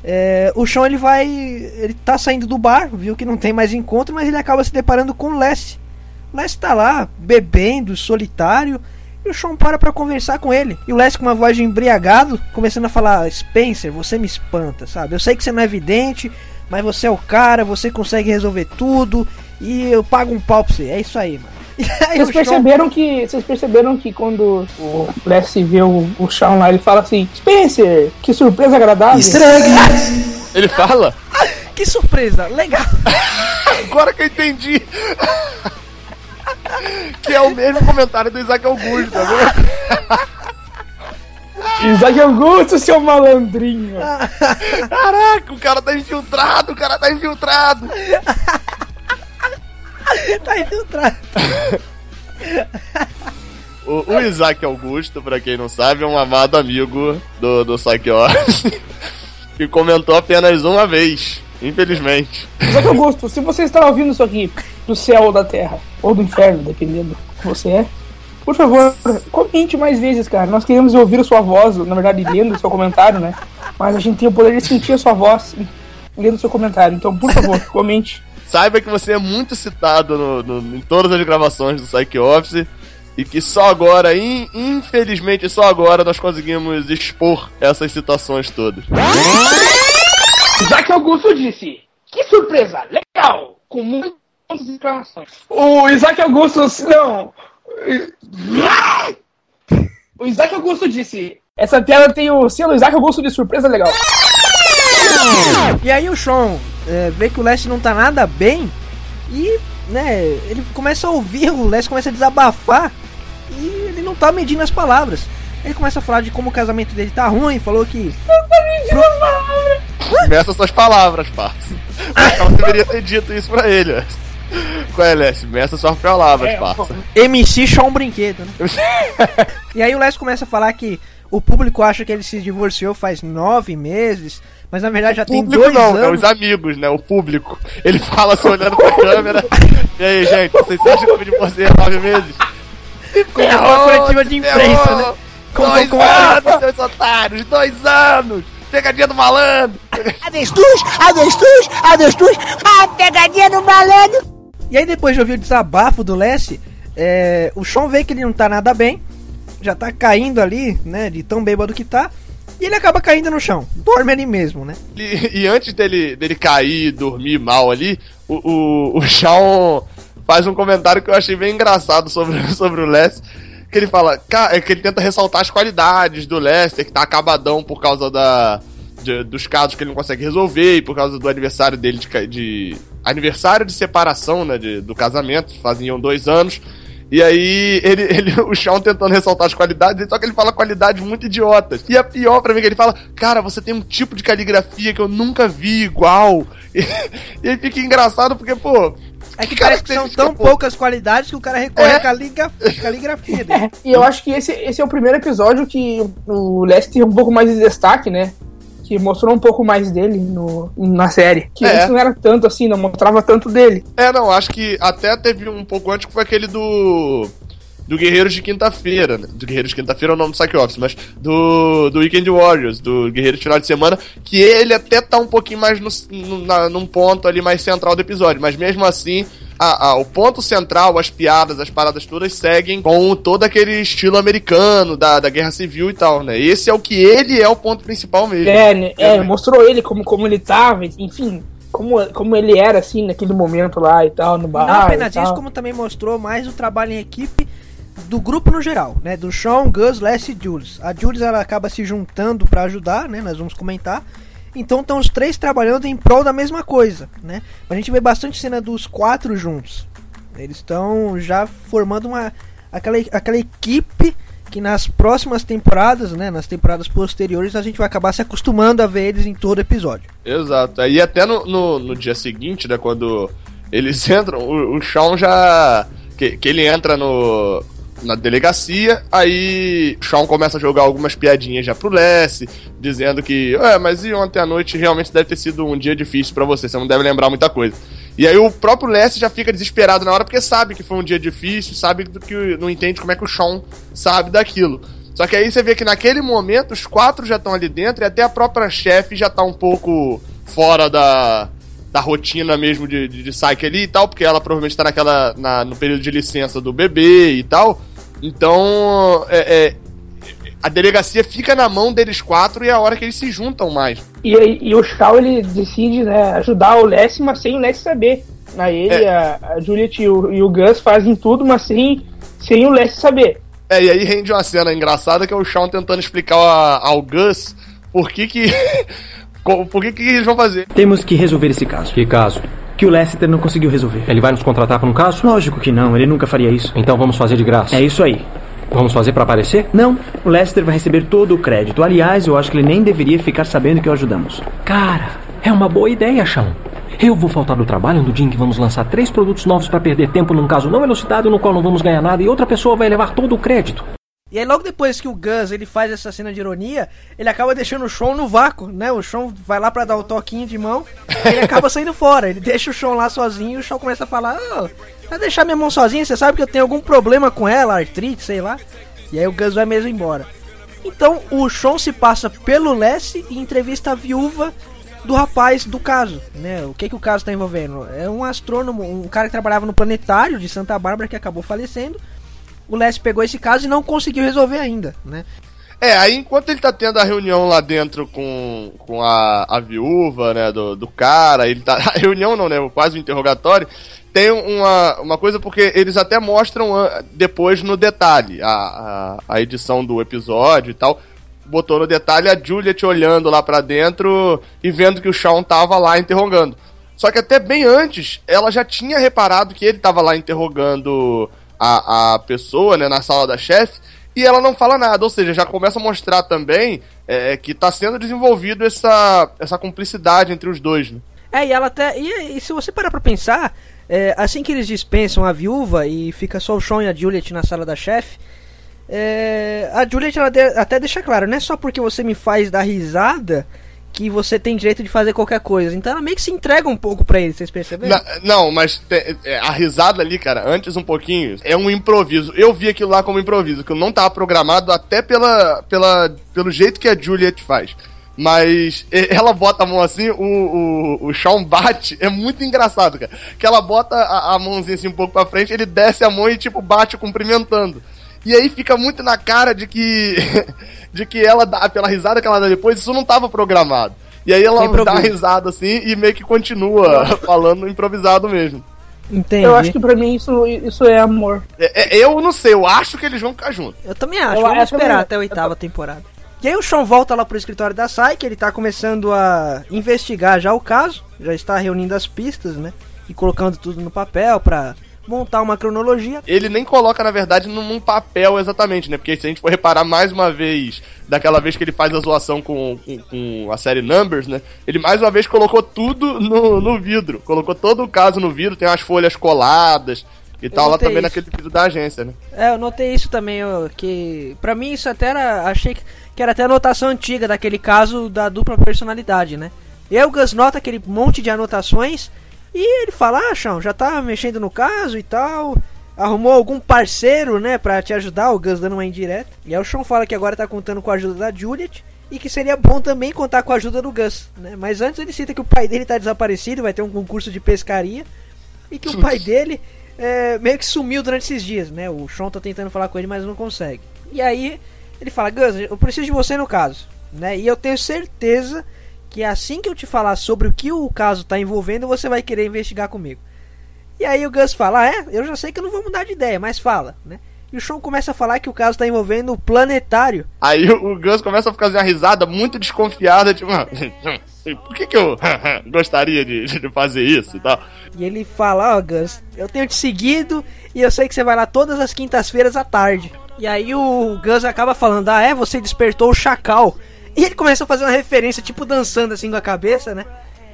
É, o Sean ele vai. Ele tá saindo do bar, viu que não tem mais encontro, mas ele acaba se deparando com o Les. O Les tá lá, bebendo, solitário, e o Sean para pra conversar com ele. E o Les, com uma voz de embriagado, começando a falar: Spencer, você me espanta, sabe? Eu sei que você não é vidente, mas você é o cara, você consegue resolver tudo, e eu pago um pau pra você. É isso aí, mano. Vocês perceberam, Sean... que, vocês perceberam que quando o Les vê o, o Sean lá, ele fala assim: Spencer, que surpresa agradável. Estranho. Ele fala? Que surpresa, legal. Agora que eu entendi. Que é o mesmo comentário do Isaac Augusto, tá vendo? Isaac Augusto, seu malandrinho. Caraca, o cara tá infiltrado, o cara tá infiltrado. Tá infiltrado. o, o Isaac Augusto, pra quem não sabe, é um amado amigo do, do Psyche Office, que comentou apenas uma vez, infelizmente. Isaac Augusto, se você está ouvindo isso aqui do céu ou da terra, ou do inferno, dependendo do que você é, por favor, comente mais vezes, cara. Nós queremos ouvir a sua voz, na verdade, lendo o seu comentário, né? Mas a gente tem o poder de sentir a sua voz lendo o seu comentário. Então, por favor, comente. Saiba que você é muito citado no, no, em todas as gravações do Psyche Office. E que só agora, in, infelizmente, só agora nós conseguimos expor essas situações todas. Isaac Augusto disse, que surpresa, legal, com muitas exclamações. O Isaac Augusto, não... O Isaac Augusto disse, essa piada tem o selo Isaac Augusto de surpresa legal. E aí o Sean é, vê que o Leslie não tá nada bem e, né, ele começa a ouvir, o Leslie começa a desabafar e ele não tá medindo as palavras. Ele começa a falar de como o casamento dele tá ruim, falou que... Não tá medindo as palavras. Meça suas palavras, parça. Eu deveria ter dito isso pra ele. Qual é, Leslie? Meça suas palavras, é, parça. M C Sean Brinquedo, né? E aí o Leslie começa a falar que o público acha que ele se divorciou faz nove meses, mas na verdade já tem dois não, anos. É os amigos, né? O público. Ele fala assim, olhando pra câmera. E aí, gente, vocês acham que eu me divorciei há nove meses? Com uma coletiva de imprensa, né? Com, dois com, com anos, seus otários! Dois anos! Pegadinha do malandro! Avestruz, avestruz, avestruz, a pegadinha do malandro! E aí depois de ouvir o desabafo do Leslie, é, o Sean vê que ele não tá nada bem, já tá caindo ali, né, de tão bêbado que tá, e ele acaba caindo no chão, dorme ali mesmo, né? E, e antes dele, dele cair e dormir mal ali, o, o, o Sean faz um comentário que eu achei bem engraçado sobre, sobre o Leslie, que ele fala, que ele tenta ressaltar as qualidades do Lester, que tá acabadão por causa da, de, dos casos que ele não consegue resolver e por causa do aniversário dele de, de aniversário de separação, né, de, do casamento, faziam dois anos. E aí, ele, ele, o Sean tentando ressaltar as qualidades, só que ele fala qualidades muito idiotas. E a pior pra mim é que ele fala, cara, você tem um tipo de caligrafia que eu nunca vi igual. E, e aí fica engraçado porque, pô... É que parece que são tão poucas qualidades que o cara recorre à caligra... caligrafia dele. É, e eu acho que esse, esse é o primeiro episódio que o Leslie tem um pouco mais de destaque, né? Que mostrou um pouco mais dele no, na série. Que é. Isso não era tanto assim, não mostrava tanto dele. É, não, acho que até teve um pouco antes que foi aquele do... Do Guerreiros de Quinta-feira, né? Do Guerreiros de Quinta-feira é o nome do Psych Office, mas do, do Weekend Warriors, do Guerreiros de Final de Semana, que ele até tá um pouquinho mais no, no, na, num ponto ali mais central do episódio, mas mesmo assim, a, a, o ponto central, as piadas, as paradas todas seguem com todo aquele estilo americano da, da Guerra Civil e tal, né? Esse é o que ele é o ponto principal mesmo. É, né? é, é mostrou ele como, como ele tava, enfim... Como, como ele era, assim, naquele momento lá e tal, no bar. Não apenas isso, como também mostrou mais o trabalho em equipe do grupo no geral, né? Do Sean, Gus, Leslie e Jules. A Jules, ela acaba se juntando pra ajudar, né? Nós vamos comentar. Então estão os três trabalhando em prol da mesma coisa, né? A gente vê bastante cena dos quatro juntos. Eles estão já formando uma aquela, aquela equipe que nas próximas temporadas, né, nas temporadas posteriores, a gente vai acabar se acostumando a ver eles em todo episódio. Exato. E até no, no, no dia seguinte, né, quando eles entram, o, o Sean já... Que, que ele entra no... na delegacia, aí o Sean começa a jogar algumas piadinhas já pro Leslie, dizendo que, é, mas e ontem à noite realmente deve ter sido um dia difícil pra você, você não deve lembrar muita coisa. E aí o próprio Leslie já fica desesperado na hora, porque sabe que foi um dia difícil, sabe que não entende como é que o Sean sabe daquilo. Só que aí você vê que naquele momento os quatro já estão ali dentro e até a própria chefe já tá um pouco fora da... da rotina mesmo de, de, de Psyche ali e tal, porque ela provavelmente tá naquela, na, no período de licença do bebê e tal, então é, é, a delegacia fica na mão deles quatro e é a hora que eles se juntam mais. E, e o Shaw, ele decide, né, ajudar o Leslie, mas sem o Leslie saber. Aí ele, é. a, a Juliet e o, e o Gus fazem tudo, mas sem, sem o Leslie saber. É, e aí rende uma cena engraçada que é o Shaw tentando explicar a, ao Gus por que que... Por que que eles vão fazer? Temos que resolver esse caso. Que caso? Que o Lester não conseguiu resolver. Ele vai nos contratar para um caso? Lógico que não, ele nunca faria isso. Então vamos fazer de graça. É isso aí. Vamos fazer para aparecer? Não, o Lester vai receber todo o crédito. Aliás, eu acho que ele nem deveria ficar sabendo que o ajudamos. Cara, é uma boa ideia, Sean. Eu vou faltar do trabalho no dia em que vamos lançar três produtos novos para perder tempo num caso não elucidado no qual não vamos ganhar nada e outra pessoa vai levar todo o crédito. E aí logo depois que o Gus ele faz essa cena de ironia, ele acaba deixando o Sean no vácuo, né? O Sean vai lá pra dar o toquinho de mão e ele acaba saindo fora. Ele deixa o Sean lá sozinho e o Sean começa a falar, oh, vai deixar minha mão sozinha? Você sabe que eu tenho algum problema com ela, artrite, sei lá. E aí o Gus vai mesmo embora. Então o Sean se passa pelo Leslie e entrevista a viúva do rapaz do caso, né? O que que o caso tá envolvendo? É um astrônomo, um cara que trabalhava no planetário de Santa Bárbara que acabou falecendo. o Les pegou esse caso e não conseguiu resolver ainda, né? É, aí enquanto ele tá tendo a reunião lá dentro com, com a, a viúva, né, do, do cara, ele tá... A reunião não, né, quase um interrogatório, tem uma, uma coisa porque eles até mostram depois no detalhe, a, a, a edição do episódio e tal, botou no detalhe a Juliet olhando lá pra dentro e vendo que o Shawn tava lá interrogando. Só que até bem antes, ela já tinha reparado que ele tava lá interrogando a, a pessoa, né, na sala da chefe, e ela não fala nada, ou seja, já começa a mostrar também é, que tá sendo desenvolvido essa, essa cumplicidade entre os dois, né? É, e ela até... E, e se você parar pra pensar, é, assim que eles dispensam a viúva e fica só o Shawn e a Juliet na sala da chefe, é, a Juliet ela de, até deixa claro, não é só porque você me faz dar risada que você tem direito de fazer qualquer coisa. Então ela meio que se entrega um pouco pra ele, vocês perceberam? Na, não, mas te, é, a risada ali, cara, antes um pouquinho, é um improviso. Eu vi aquilo lá como improviso, que não tava programado até pela, pela, pelo jeito que a Juliet faz. Mas ela bota a mão assim, o, o, o Shawn bate, é muito engraçado, cara. Que ela bota a, a mãozinha assim um pouco pra frente, ele desce a mão e tipo bate cumprimentando. E aí fica muito na cara de que de que ela dá, pela risada que ela dá depois, isso não tava programado. E aí ela dá uma risada assim e meio que continua falando improvisado mesmo. Entendi. Eu acho que pra mim isso, isso é amor. É, é, eu não sei, eu acho que eles vão ficar juntos. Eu também acho, Eu vamos acho esperar também. até a oitava temporada. E aí o Shawn volta lá pro escritório da Psyche, ele tá começando a investigar já o caso, já está reunindo as pistas, né? E colocando tudo no papel pra montar uma cronologia. Ele nem coloca, na verdade, num, num papel exatamente, né? Porque se a gente for reparar mais uma vez, daquela vez que ele faz a zoação com, com, com a série Numbers, né? Ele mais uma vez colocou tudo no, no vidro. Colocou todo o caso no vidro, tem umas folhas coladas e Eu tal, lá também isso. naquele vidro da agência, né? É, eu notei isso também, ó, que pra mim isso até era, achei que, que era até a anotação antiga daquele caso da dupla personalidade, né? E aí o Gus nota aquele monte de anotações e ele fala, ah, Shawn, já tá mexendo no caso e tal, arrumou algum parceiro, né, pra te ajudar, o Gus dando uma indireta. E aí o Shawn fala que agora tá contando com a ajuda da Juliet e que seria bom também contar com a ajuda do Gus, né? Mas antes ele cita que o pai dele tá desaparecido, vai ter um concurso de pescaria e que o pai dele é, meio que sumiu durante esses dias, né? O Shawn tá tentando falar com ele, mas não consegue. E aí ele fala, Gus, eu preciso de você no caso, né? E eu tenho certeza que assim que eu te falar sobre o que o caso tá envolvendo, você vai querer investigar comigo. E aí o Gus fala, ah, é, eu já sei que eu não vou mudar de ideia, mas fala, né? E o Shawn começa a falar que o caso tá envolvendo o planetário. Aí o, o Gus começa a ficar uma risada muito desconfiada, tipo, por que que eu gostaria de, de fazer isso e tal? E ele fala, ó, oh, Gus, eu tenho te seguido e eu sei que você vai lá todas as quintas-feiras à tarde. E aí o Gus acaba falando, ah, é, você despertou o Chacal. E ele começa a fazer uma referência, tipo, dançando assim com a cabeça, né?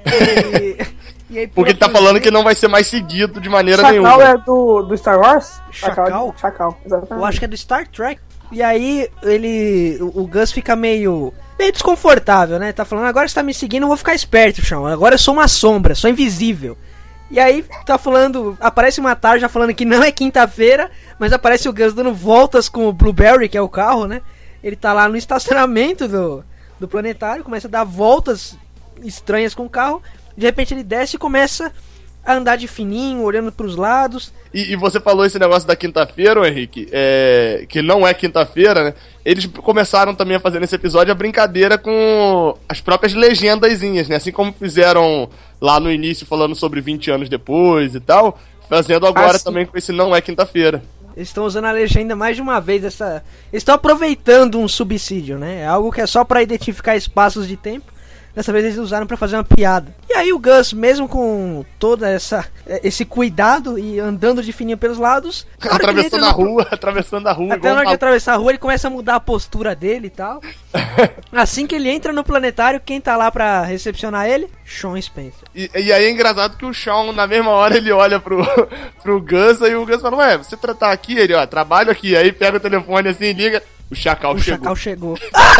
E, e aí, porque ele tá falando que não vai ser mais seguido de maneira Chacal nenhuma. é do, do Star Wars? Chacal? Chacal, exatamente. Eu acho que é do Star Trek. E aí ele. O, o Gus fica meio. meio desconfortável, né? Tá falando, agora você tá me seguindo, eu vou ficar esperto, Shawn. Agora eu sou uma sombra, sou invisível. E aí tá falando. Aparece uma tarja falando que não é quinta-feira, mas aparece o Gus dando voltas com o Blueberry, que é o carro, né? Ele tá lá no estacionamento do, do planetário, começa a dar voltas estranhas com o carro. De repente ele desce e começa a andar de fininho, olhando pros lados. E, e você falou esse negócio da quinta-feira, Henrique, é, que não é quinta-feira, né? Eles começaram também a fazer nesse episódio a brincadeira com as próprias legendazinhas, né? Assim como fizeram lá no início, falando sobre vinte anos depois e tal, fazendo agora Ah, também com esse não é quinta-feira. Eles estão usando a legenda mais de uma vez. Essa... Eles estão aproveitando um subsídio, né? É algo que é só pra identificar espaços de tempo. Dessa vez eles usaram pra fazer uma piada. E aí o Gus, mesmo com toda essa esse cuidado e andando de fininho pelos lados, atravessando a rua, atravessando a rua. Até na hora de atravessar a rua ele começa a mudar a postura dele e tal. Assim que ele entra no planetário, quem tá lá pra recepcionar ele? Shawn Spencer. E, e aí é engraçado que o Shawn, na mesma hora, ele olha pro, pro Gus e o Gus fala, ué, você tá aqui? Ele, ó, trabalho aqui. Aí pega o telefone assim e liga, o Chacal o chegou. Chacal chegou.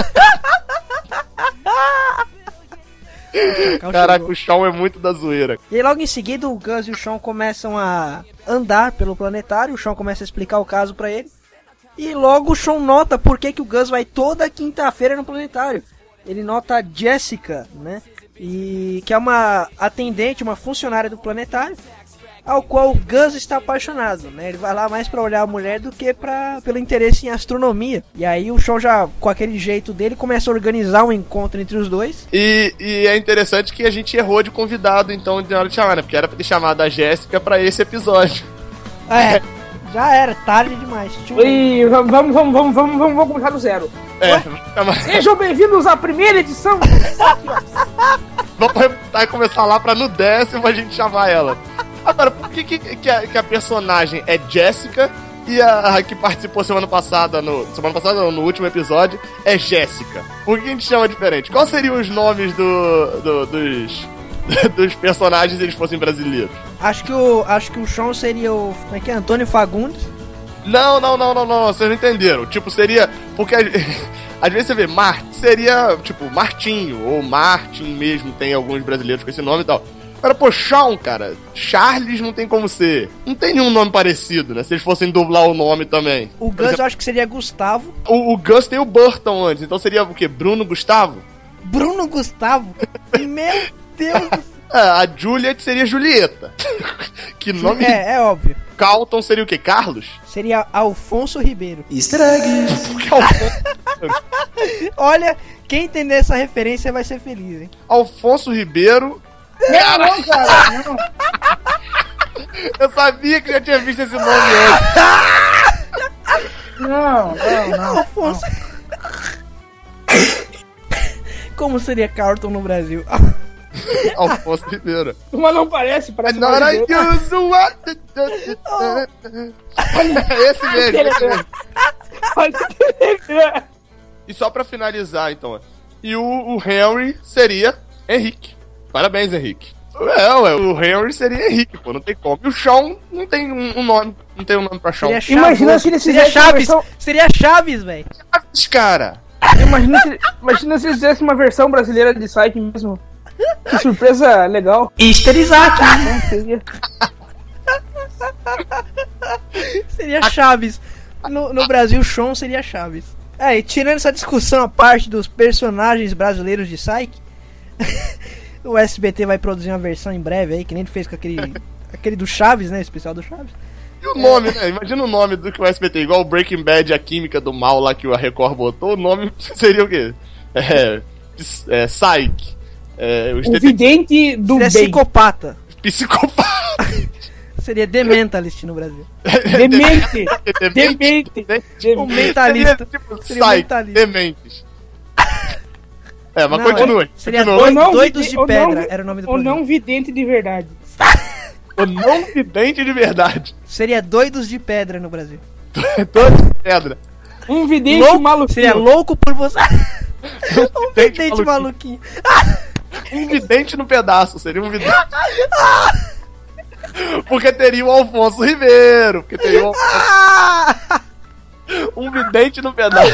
Caraca, o Shawn é muito da zoeira. E aí logo em seguida o Gus e o Shawn começam a andar pelo planetário. O Shawn começa a explicar o caso pra ele. E logo o Shawn nota por que, que o Gus vai toda quinta-feira no planetário. Ele nota a Jessica, né? E que é uma atendente, uma funcionária do planetário. ao qual o Gus está apaixonado, né? Ele vai lá mais pra olhar a mulher do que pra, pelo interesse em astronomia. E aí o Shawn já, com aquele jeito dele, começa a organizar um encontro entre os dois. E, e é interessante que a gente errou de convidado, então, de hora de chamar, né? Porque era pra ter chamado a Jéssica pra esse episódio. É, já era, tarde demais. E vamos, vamos, vamos, vamos, vamos, vamos começar do zero. É, mas... Sejam bem-vindos à primeira edição do Saque Office. Vamos rebutar e começar lá pra no décimo a gente chamar ela. Agora, por que, que, que, a, que a personagem é Jéssica e a, a que participou semana passada, no, semana passada não, no último episódio, é Jéssica? Por que a gente chama diferente? Quais seriam os nomes do, do, dos, dos personagens se eles fossem brasileiros? Acho que o, acho que o Shawn seria o... Como é que é? Antônio Fagundes? Não, não, não, não, não, vocês não entenderam. Tipo, seria... Porque às vezes você vê, Mart, seria, tipo, Martinho, ou Martin mesmo, tem alguns brasileiros com esse nome e tal. Agora, pô, Shawn, cara, Charles não tem como ser. Não tem nenhum nome parecido, né? Se eles fossem dublar o nome também. O Gus exemplo, eu acho que seria Gustavo. O, o Gus tem o Burton antes, então seria o quê? Bruno Gustavo? Bruno Gustavo? Meu Deus do céu. É, a Juliet seria Julieta. Que nome... É, é óbvio. Carlton seria o quê? Carlos? Seria Alfonso Ribeiro. Easter egg. Olha, quem entender essa referência vai ser feliz, hein? Alfonso Ribeiro... Não, não, cara, não. Eu sabia que já tinha visto esse nome antes. Não, não, não. Alfonso... Como seria Carlton no Brasil? Alfonso Ribeiro. Mas não parece, parece não era usual. Esse mesmo. Esse mesmo. E só pra finalizar, então. E o, o Henry seria Henrique. Parabéns, Henrique. É, ué, o Henry seria Henrique, pô, não tem como. E o Shawn não tem um, um nome, não tem um nome pra Shawn. Imagina se ele seria Chaves, versão... seria Chaves, velho. Chaves, cara. Imagina se, imagina se eles fizessem uma versão brasileira de Psyche mesmo. Que surpresa legal. Easter Isaac. Seria. Seria Chaves. No, no Brasil, Shawn seria Chaves. É, e tirando essa discussão a parte dos personagens brasileiros de Psyche, o S B T vai produzir uma versão em breve aí, que nem ele fez com aquele, aquele do Chaves, né? Especial do Chaves. E o nome, é. né? Imagina o nome do que o S B T, igual o Breaking Bad, a química do mal lá que o Record botou, o nome seria o quê? É. é Psyche. É, o o vidente do seria bem. Psicopata. Psicopata. Seria Dementalist no Brasil. Demente. Demente. Demente. O mentalista. Seria, tipo, Psyche. Dementes. É, mas não, continue. É, seria continue. Doidos, doidos de Pedra, não, era o nome do Ou programa. não vidente de verdade. O não vidente de verdade. Seria Doidos de Pedra no Brasil. Doidos de Pedra. Um vidente louco, maluquinho. Seria louco por você. Um vidente, vidente maluquinho. Um vidente no pedaço, seria um vidente. Porque teria o Alfonso Ribeiro. Porque teria o Alfonso... Um vidente no pedaço.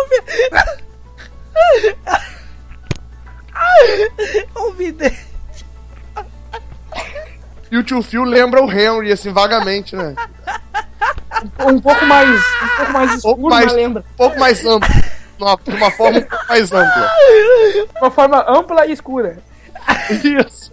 Um vidente. E o tio Phil lembra o Henry, assim, vagamente, né? Um, um pouco mais. Um pouco mais escuro, pouco mais, mas lembra. Um pouco mais amplo. Uma, de uma forma um pouco mais ampla. Uma forma ampla e escura. Isso.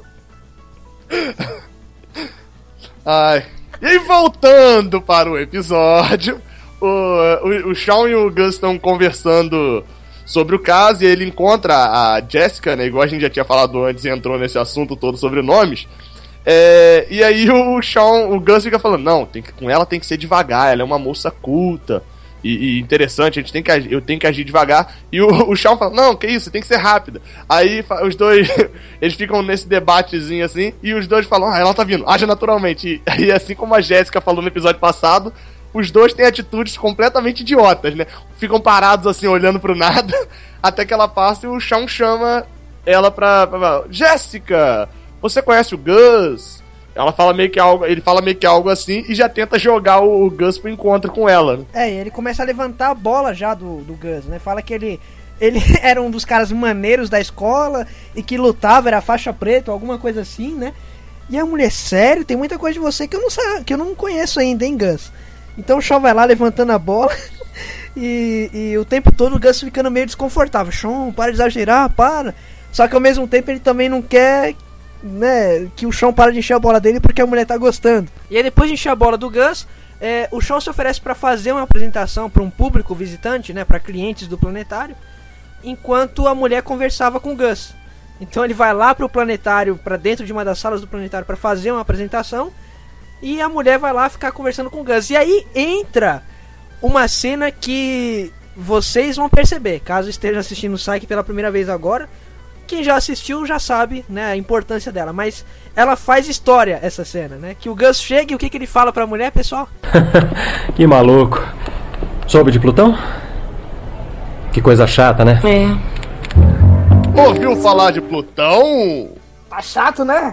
Ai. E aí, voltando para o episódio, o, o, o Shawn e o Gus estão conversando sobre o caso, e ele encontra a Jessica, né? Igual a gente já tinha falado antes e entrou nesse assunto todo sobre nomes. É, e aí o Shawn, o Gus fica falando, não, tem que, com ela tem que ser devagar, ela é uma moça culta e, e interessante, a gente tem que agir, eu tenho que agir devagar. E o, o Shawn fala, não, que isso, tem que ser rápida. Aí os dois, eles ficam nesse debatezinho assim, e os dois falam, ah, ela tá vindo, haja naturalmente. E aí, assim como a Jéssica falou no episódio passado, os dois têm atitudes completamente idiotas, né? Ficam parados assim, olhando pro nada, até que ela passa e o Shawn chama ela pra... pra Jéssica, você conhece o Gus? Ela fala meio que algo, ele fala meio que algo assim e já tenta jogar o, o Gus pro encontro com ela. Né? É, e ele começa a levantar a bola já do, do Gus, né? Fala que ele, ele era um dos caras maneiros da escola e que lutava, era faixa preta, alguma coisa assim, né? E a mulher, sério, tem muita coisa de você que eu não, sa- que eu não conheço ainda, hein, Gus? Então o Shawn vai lá levantando a bola e, e o tempo todo o Gus ficando meio desconfortável. Shawn, para de exagerar, para. Só que ao mesmo tempo ele também não quer né, que o Sean para de encher a bola dele porque a mulher tá gostando. E aí depois de encher a bola do Gus, é, o Sean se oferece para fazer uma apresentação para um público visitante, né, para clientes do planetário, enquanto a mulher conversava com o Gus. Então ele vai lá pro planetário, para dentro de uma das salas do planetário para fazer uma apresentação, e a mulher vai lá ficar conversando com o Gus. E aí entra uma cena que vocês vão perceber, caso estejam assistindo o Psyche pela primeira vez agora. Quem já assistiu já sabe, né, a importância dela, mas ela faz história, essa cena, né? Que o Gus chega e o que, que ele fala pra mulher, pessoal? Que maluco. Soube de Plutão? Que coisa chata, né? É. Ouviu falar de Plutão? Tá chato, né?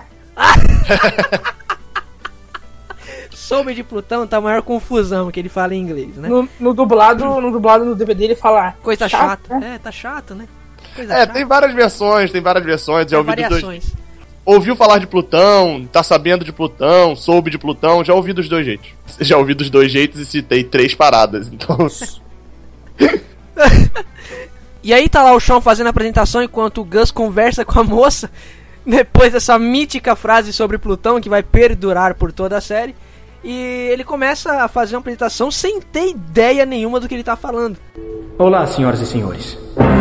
Soube de Plutão, tá a maior confusão que ele fala em inglês, né? No, no dublado, no dublado no D V D ele fala... Coisa chato, chata. né? É, tá chato, né? Coisa É, chata. tem várias versões, tem várias versões. Já Tem ouvi dos dois. variações. Ouviu falar de Plutão, tá sabendo de Plutão, soube de Plutão, já ouvi dos dois jeitos. Já ouvi dos dois jeitos e citei três paradas, então... E aí tá lá o Sean fazendo a apresentação enquanto o Gus conversa com a moça, depois dessa mítica frase sobre Plutão que vai perdurar por toda a série. E ele começa a fazer uma apresentação sem ter ideia nenhuma do que ele tá falando. Olá, senhoras e senhores.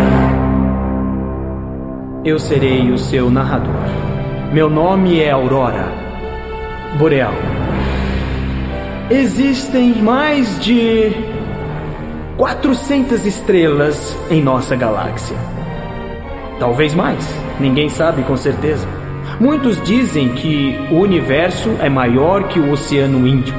Eu serei o seu narrador. Meu nome é Aurora Boreal. Existem mais de quatrocentas estrelas em nossa galáxia. Talvez mais, ninguém sabe com certeza. Muitos dizem que o universo é maior que o Oceano Índico.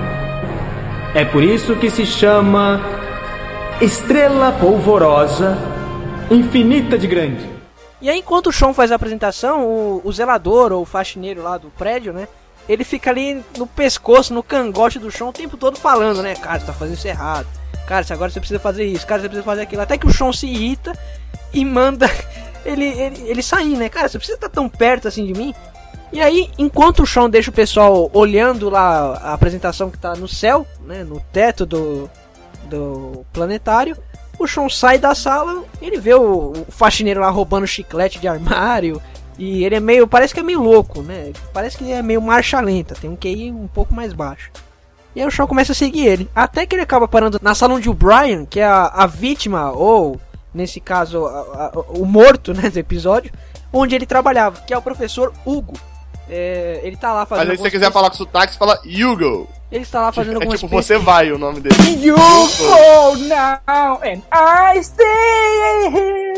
É por isso que se chama estrela polvorosa infinita de grande. E aí, enquanto o Sean faz a apresentação, o, o zelador ou o faxineiro lá do prédio, né, ele fica ali no pescoço, no cangote do Sean o tempo todo falando, né? Cara, você tá fazendo isso errado. Cara, agora você precisa fazer isso. Cara, você precisa fazer aquilo. Até que o Sean se irrita e manda ele, ele, ele sair, né? Cara, você precisa estar tão perto assim de mim. E aí, enquanto o Sean deixa o pessoal olhando lá a apresentação que tá no céu, né? No teto do, do planetário, o Sean sai da sala, ele vê o, o faxineiro lá roubando chiclete de armário. E ele é meio, parece que é meio louco, né? Parece que é meio marcha lenta, tem um Q I um pouco mais baixo. E aí o Sean começa a seguir ele, até que ele acaba parando na sala onde o Brian, que é a, a vítima, ou nesse caso, a, a, o morto, né, do episódio, onde ele trabalhava, que é o professor Hugo. É, ele tá lá fazendo... Mas aí se você quiser falar com sotaque, você fala Hugo. Ele está lá fazendo É algumas... tipo, você vai o nome dele. You go now and I stay here.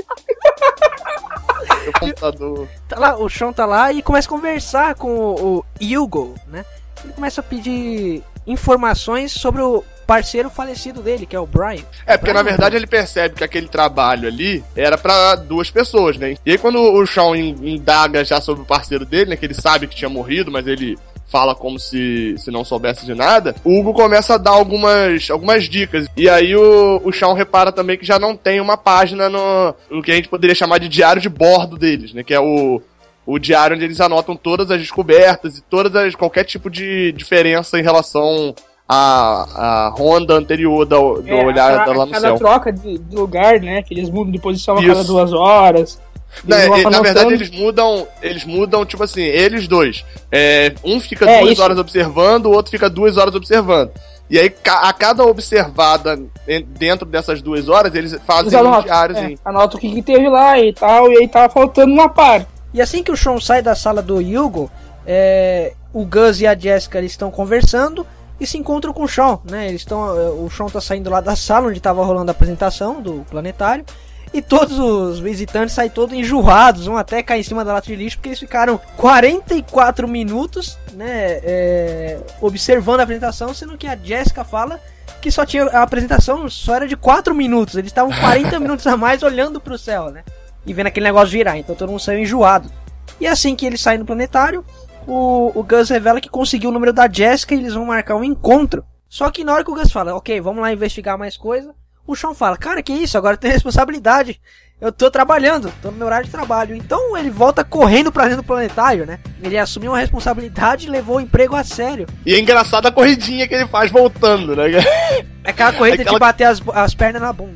Meu computador. Tá lá, o Sean tá lá e começa a conversar com o, o Hugo, né? Ele começa a pedir informações sobre o parceiro falecido dele, que é o Brian. É, porque Brian, na verdade ele percebe que aquele trabalho ali era pra duas pessoas, né? E aí quando o Sean indaga já sobre o parceiro dele, né? Que ele sabe que tinha morrido, mas ele fala como se, se não soubesse de nada, o Hugo começa a dar algumas, algumas dicas. E aí o, o Sean repara também que já não tem uma página no, no que a gente poderia chamar de diário de bordo deles, né? Que é o, o diário onde eles anotam todas as descobertas e todas as, qualquer tipo de diferença em relação à, à ronda anterior da, do É, olhar a, lá no cada céu. troca de, de lugar, né? Que eles mudam de posição a Isso. cada duas horas. Não, Eles vão e, na anotando- verdade eles mudam, eles mudam, tipo assim, eles dois. É, um fica É, duas isso. horas observando, o outro fica duas horas observando. E aí, ca- a cada observada en- dentro dessas duas horas, eles fazem Eles um anotam, diáriozinho. é, anota o que, que teve lá e tal, e aí tava faltando uma parte. E assim que o Sean sai da sala do Hugo, é, o Gus e a Jessica eles estão conversando e se encontram com o Sean, né? Eles estão, o Sean tá saindo lá da sala onde estava rolando a apresentação do planetário e todos os visitantes saem todos enjoados, vão até cair em cima da lata de lixo porque eles ficaram quarenta e quatro minutos, né, é, observando a apresentação, sendo que a Jessica fala que só tinha a apresentação só era de quatro minutos, eles estavam quarenta minutos a mais olhando pro céu, né? E vendo aquele negócio virar, então todo mundo saiu enjoado. E assim que eles saem do planetário, o, o Gus revela que conseguiu o número da Jessica e eles vão marcar um encontro. Só que na hora que o Gus fala, ok, vamos lá investigar mais coisa, o Sean fala, cara, que isso, agora eu tenho responsabilidade. Eu tô trabalhando, tô no meu horário de trabalho. Então ele volta correndo pra dentro do planetário, né? Ele assumiu uma responsabilidade e levou o emprego a sério. E é engraçado a corridinha que ele faz voltando, né? É aquela corrida Aquela- de bater as, as pernas na bunda, né?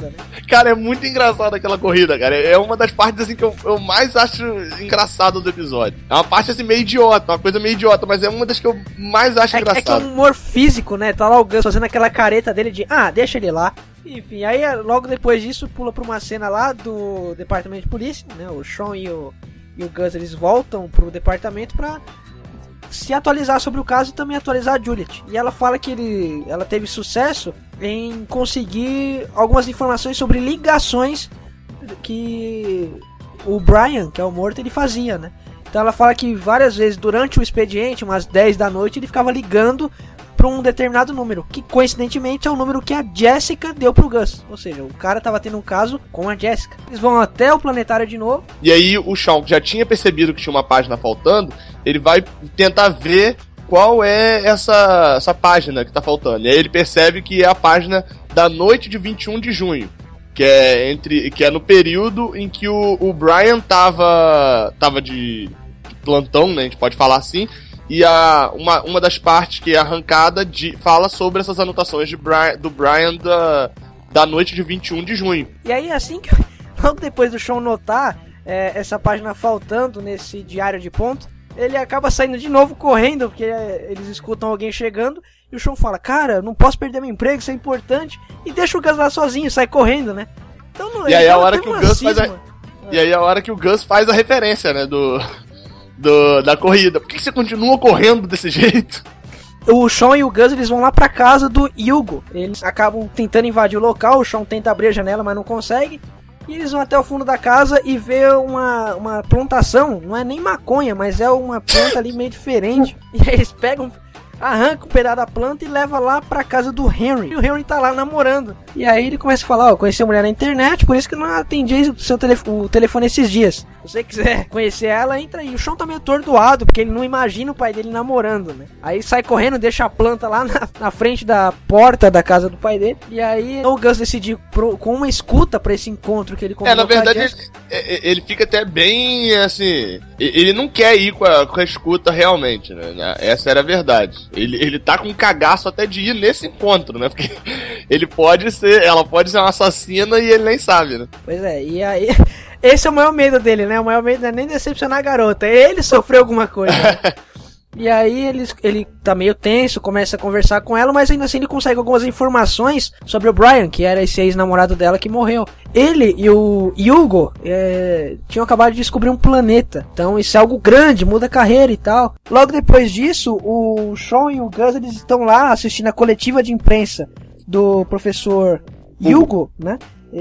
Cara, é muito engraçado aquela corrida, cara. É uma das partes, assim, que eu, eu mais acho engraçado do episódio. É uma parte, assim, meio idiota, uma coisa meio idiota, mas é uma das que eu mais acho é, engraçado. É que é um humor físico, né? Tá lá o Gus fazendo aquela careta dele de, ah, deixa ele lá. Enfim, aí logo depois disso pula pra uma cena lá do departamento de polícia, né? O Sean e o, e o Gus, eles voltam pro departamento pra se atualizar sobre o caso e também atualizar a Juliet. E ela fala que ele, ela teve sucesso em conseguir algumas informações sobre ligações que o Brian, que é o morto, ele fazia, né? Então ela fala que várias vezes durante o expediente, umas dez da noite, ele ficava ligando para um determinado número, que coincidentemente é o número que a Jessica deu pro Gus. Ou seja, o cara tava tendo um caso com a Jessica. Eles vão até o planetário de novo. E aí o Sean, que já tinha percebido que tinha uma página faltando, ele vai tentar ver qual é essa, essa página que tá faltando. E aí ele percebe que é a página da noite de vinte e um de junho. Que é, entre, que é no período em que o, o Brian tava, tava de, de plantão, né? A gente pode falar assim. E a, uma, uma das partes que é arrancada de, fala sobre essas anotações de Brian, do Brian da, da noite de vinte e um de junho. E aí, assim que logo depois do Sean notar é, essa página faltando nesse diário de ponto, ele acaba saindo de novo correndo, porque é, eles escutam alguém chegando. E o Sean fala, cara, não posso perder meu emprego, isso é importante. E deixa o Gus lá sozinho, sai correndo, né? Então, não, e aí a hora que o Gus faz a, E aí a hora que o Gus faz a referência, né, do... Do, da corrida. Por que você continua correndo desse jeito? O Sean e o Gus, eles vão lá pra casa do Hugo. Eles acabam tentando invadir o local. O Sean tenta abrir a janela, mas não consegue. E eles vão até o fundo da casa e vê uma, uma plantação. Não é nem maconha, mas é uma planta ali meio diferente. E aí eles pegam, arrancam um pedaço da planta e levam lá pra casa do Henry. E o Henry tá lá namorando. E aí ele começa a falar, ó, oh, conheci a mulher na internet, por isso que eu não atendi o seu telefone, o telefone esses dias. Se você quiser conhecer ela, entra aí. O Sean tá meio atordoado, porque ele não imagina o pai dele namorando, né? Aí sai correndo, deixa a planta lá na, na frente da porta da casa do pai dele. E aí o Gus decide pro, com uma escuta pra esse encontro que ele combinou. É, na verdade, ele, ele fica até bem, assim... Ele não quer ir com a, com a escuta realmente, né? Essa era a verdade. Ele, ele tá com um cagaço até de ir nesse encontro, né? Porque ele pode ser... Ela pode ser uma assassina e ele nem sabe, né? Pois é, e aí... Esse é o maior medo dele, né? O maior medo não é nem decepcionar a garota. Ele sofreu alguma coisa. Né? E aí ele, ele tá meio tenso, começa a conversar com ela, mas ainda assim ele consegue algumas informações sobre o Brian, que era esse ex-namorado dela que morreu. Ele e o Hugo é, tinham acabado de descobrir um planeta. Então isso é algo grande, muda a carreira e tal. Logo depois disso, o Sean e o Gus, eles estão lá assistindo a coletiva de imprensa do professor Hugo, né?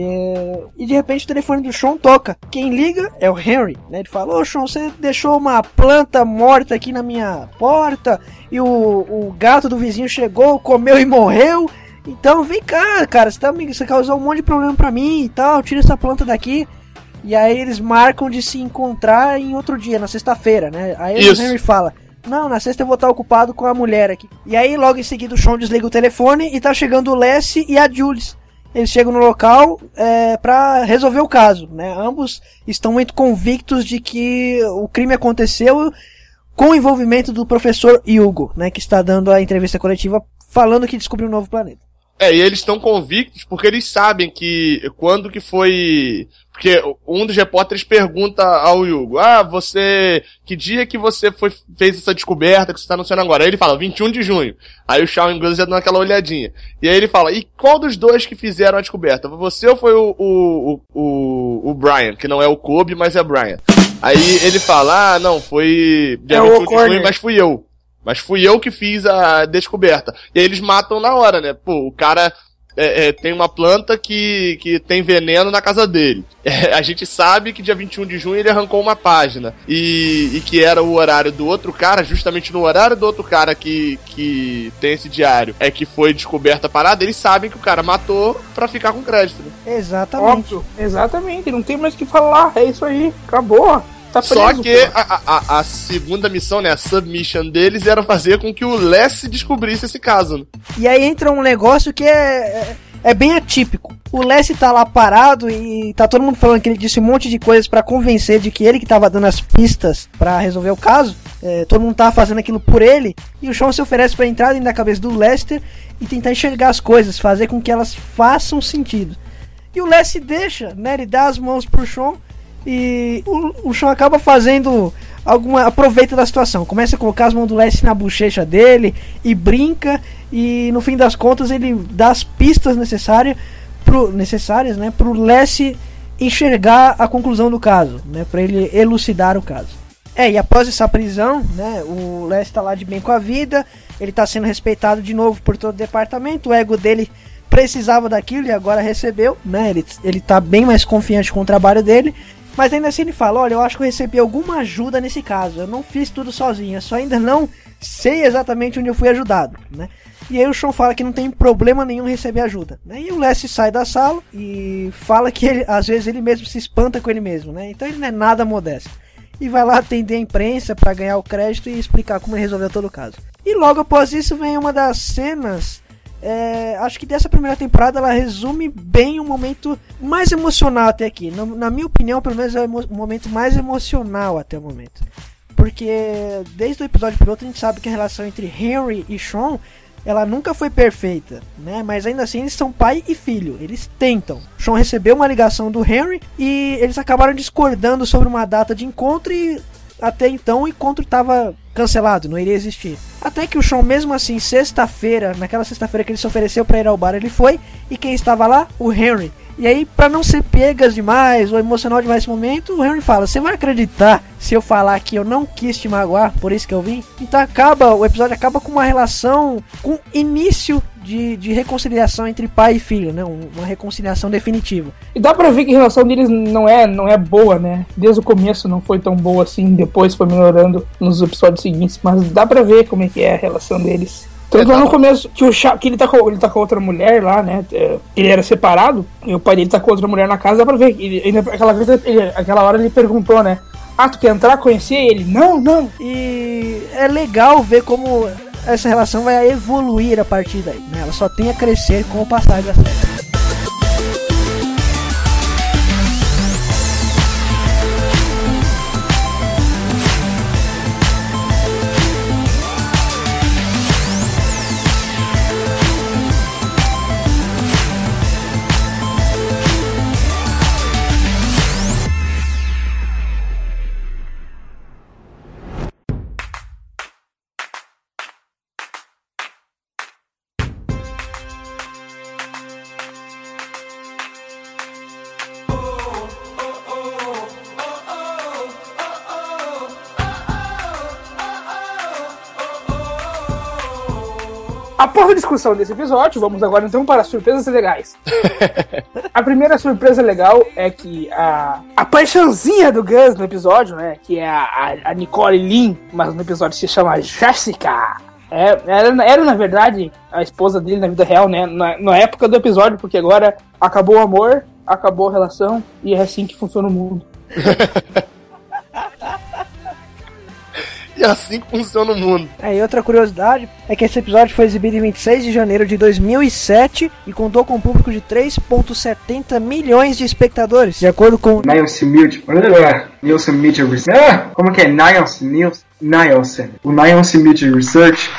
É, e de repente o telefone do Sean toca. Quem liga é o Henry, né? Ele fala, ô Sean, você deixou uma planta morta aqui na minha porta e o, o gato do vizinho chegou, comeu e morreu. Então vem cá, cara, você, tá, você causou um monte de problema pra mim e tal, tira essa planta daqui. E aí eles marcam de se encontrar em outro dia, na sexta-feira, né? Aí Isso. o Henry fala, não, na sexta eu vou estar ocupado com a mulher aqui. E aí logo em seguida o Sean desliga o telefone e tá chegando o Leslie e a Jules. Eles chegam no local é, para resolver o caso, né? Ambos estão muito convictos de que o crime aconteceu com o envolvimento do professor Hugo, né? Que está dando a entrevista coletiva falando que descobriu um novo planeta. É, e eles estão convictos porque eles sabem que quando que foi... Porque um dos repórteres pergunta ao Hugo, ah, você... Que dia que você foi, fez essa descoberta que você está anunciando agora? Aí ele fala, vinte e um de junho. Aí o Sean Gus já dá aquela olhadinha. E aí ele fala, e qual dos dois que fizeram a descoberta? Você ou foi o, o, o, o Brian? Que não é o Kobe, mas é Brian. Aí ele fala, ah, não, foi dia é vinte e um de junho, mas fui eu. Mas fui eu que fiz a descoberta. E aí eles matam na hora, né? Pô, o cara é, é, tem uma planta que, que tem veneno na casa dele. É, a gente sabe que dia vinte e um de junho ele arrancou uma página. E, e que era o horário do outro cara, justamente no horário do outro cara que, que tem esse diário, é que foi descoberta a parada. Eles sabem que o cara matou pra ficar com crédito, né? Exatamente. Óbvio, exatamente, não tem mais o que falar. É isso aí, acabou. Tá preso, Só que a, a, a segunda missão, né, a submission deles era fazer com que o Les descobrisse esse caso, né? E aí entra um negócio que é, é, é bem atípico. O Les tá lá parado e tá todo mundo falando que ele disse um monte de coisas pra convencer de que ele que tava dando as pistas pra resolver o caso. É, todo mundo tava fazendo aquilo por ele. E o Sean se oferece pra entrar dentro da cabeça do Lester e tentar enxergar as coisas, fazer com que elas façam sentido. E o Lessie deixa, né? Ele dá as mãos pro Sean e o, o Sean acaba fazendo alguma... aproveita da situação. Começa a colocar as mãos do Lessie na bochecha dele e brinca. E no fim das contas ele dá as pistas necessárias pro, necessárias, né? Pro Lessie enxergar a conclusão do caso, né? Pra ele elucidar o caso. É, e após essa prisão, né, o Lessie tá lá de bem com a vida, ele tá sendo respeitado de novo por todo o departamento, o ego dele precisava daquilo e agora recebeu, né, ele, ele tá bem mais confiante com o trabalho dele, mas ainda assim ele fala, olha, eu acho que eu recebi alguma ajuda nesse caso, eu não fiz tudo sozinho, eu só ainda não sei exatamente onde eu fui ajudado, né. E aí o Sean fala que não tem problema nenhum receber ajuda, né, e o Lessie sai da sala e fala que ele, às vezes ele mesmo se espanta com ele mesmo, né, então ele não é nada modesto. E vai lá atender a imprensa para ganhar o crédito e explicar como ele resolveu todo o caso. E logo após isso vem uma das cenas, é, acho que dessa primeira temporada ela resume bem o momento mais emocional até aqui. Na, na minha opinião, pelo menos é o momento mais emocional até o momento. Porque desde o episódio piloto a gente sabe que a relação entre Henry e Sean, ela nunca foi perfeita, né? Mas ainda assim eles são pai e filho, eles tentam. Sean recebeu uma ligação do Henry e eles acabaram discordando sobre uma data de encontro e até então o encontro estava cancelado, não iria existir. Até que o Sean, mesmo assim, sexta-feira, naquela sexta-feira que ele se ofereceu para ir ao bar, ele foi, e quem estava lá? O Henry. E aí, pra não ser pegas demais ou emocional demais nesse momento, o Henry fala, você vai acreditar se eu falar que eu não quis te magoar, por isso que eu vim? Então acaba, o episódio acaba com uma relação, com início de, de reconciliação entre pai e filho, né? Uma reconciliação definitiva. E dá pra ver que a relação deles não é, não é boa, né? Desde o começo não foi tão boa assim, depois foi melhorando nos episódios seguintes, mas dá pra ver como é que é a relação deles. Tanto lá no começo que, o Cha, que ele, tá com, ele tá com outra mulher lá, né? Ele era separado, e o pai dele tá com outra mulher na casa, dá pra ver. Ele, ele, aquela, vez, ele, aquela hora ele perguntou, né? Ah, tu quer entrar, conhecer ele? Não, não. E é legal ver como essa relação vai evoluir a partir daí, né? Ela só tem a crescer com o passar da série. Após a discussão desse episódio, vamos agora então para as surpresas legais. A primeira surpresa legal é que a, a paixãozinha do Gus no episódio, né, que é a, a, a Nicole Lynn, mas no episódio se chama Jessica, é, era, era na verdade a esposa dele na vida real, né, na, na época do episódio, porque agora acabou o amor, acabou a relação e é assim que funciona o mundo. E assim que funciona o mundo. É, e outra curiosidade é que esse episódio foi exibido em vinte e seis de janeiro de dois mil e sete e contou com um público de três vírgula setenta milhões de espectadores, de acordo com Nielsen Media. Nielsen Media Research. Ah, como que é? Nielsen, Nielsen, Nielsen. O Nielsen Media Research.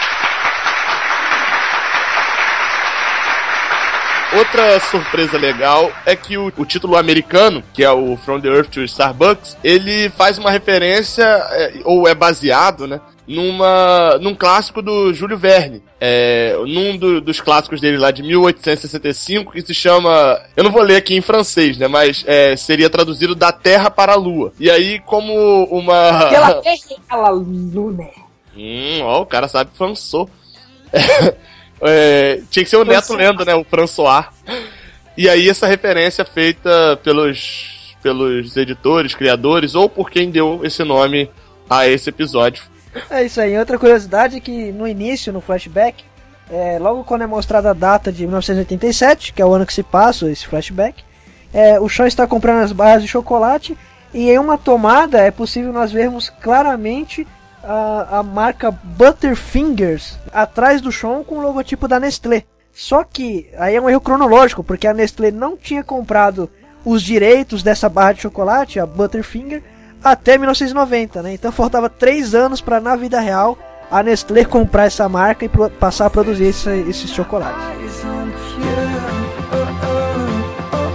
Outra surpresa legal é que o, o título americano, que é o From the Earth to Starbucks, ele faz uma referência, é, ou é baseado, né, numa, num clássico do Júlio Verne. É, num do, dos clássicos dele lá de mil oitocentos e sessenta e cinco, que se chama... Eu não vou ler aqui em francês, né, mas é, seria traduzido Da Terra para a Lua. E aí, como uma... Pela Terra para a Lua. Hum, ó, o cara sabe francês. É, tinha que ser o Neto lendo, né? O François. E aí essa referência é feita pelos, pelos editores, criadores, ou por quem deu esse nome a esse episódio. É isso aí. Outra curiosidade é que no início, no flashback, é, logo quando é mostrada a data de mil novecentos e oitenta e sete, que é o ano que se passa esse flashback, é, o Sean está comprando as barras de chocolate e em uma tomada é possível nós vermos claramente A, a marca Butterfingers atrás do Sean com o logotipo da Nestlé. Só que aí é um erro cronológico, porque a Nestlé não tinha comprado os direitos dessa barra de chocolate, a Butterfinger, até mil novecentos e noventa, né? Então faltava três anos para, na vida real, a Nestlé comprar essa marca e pro, passar a produzir esse, esses chocolates.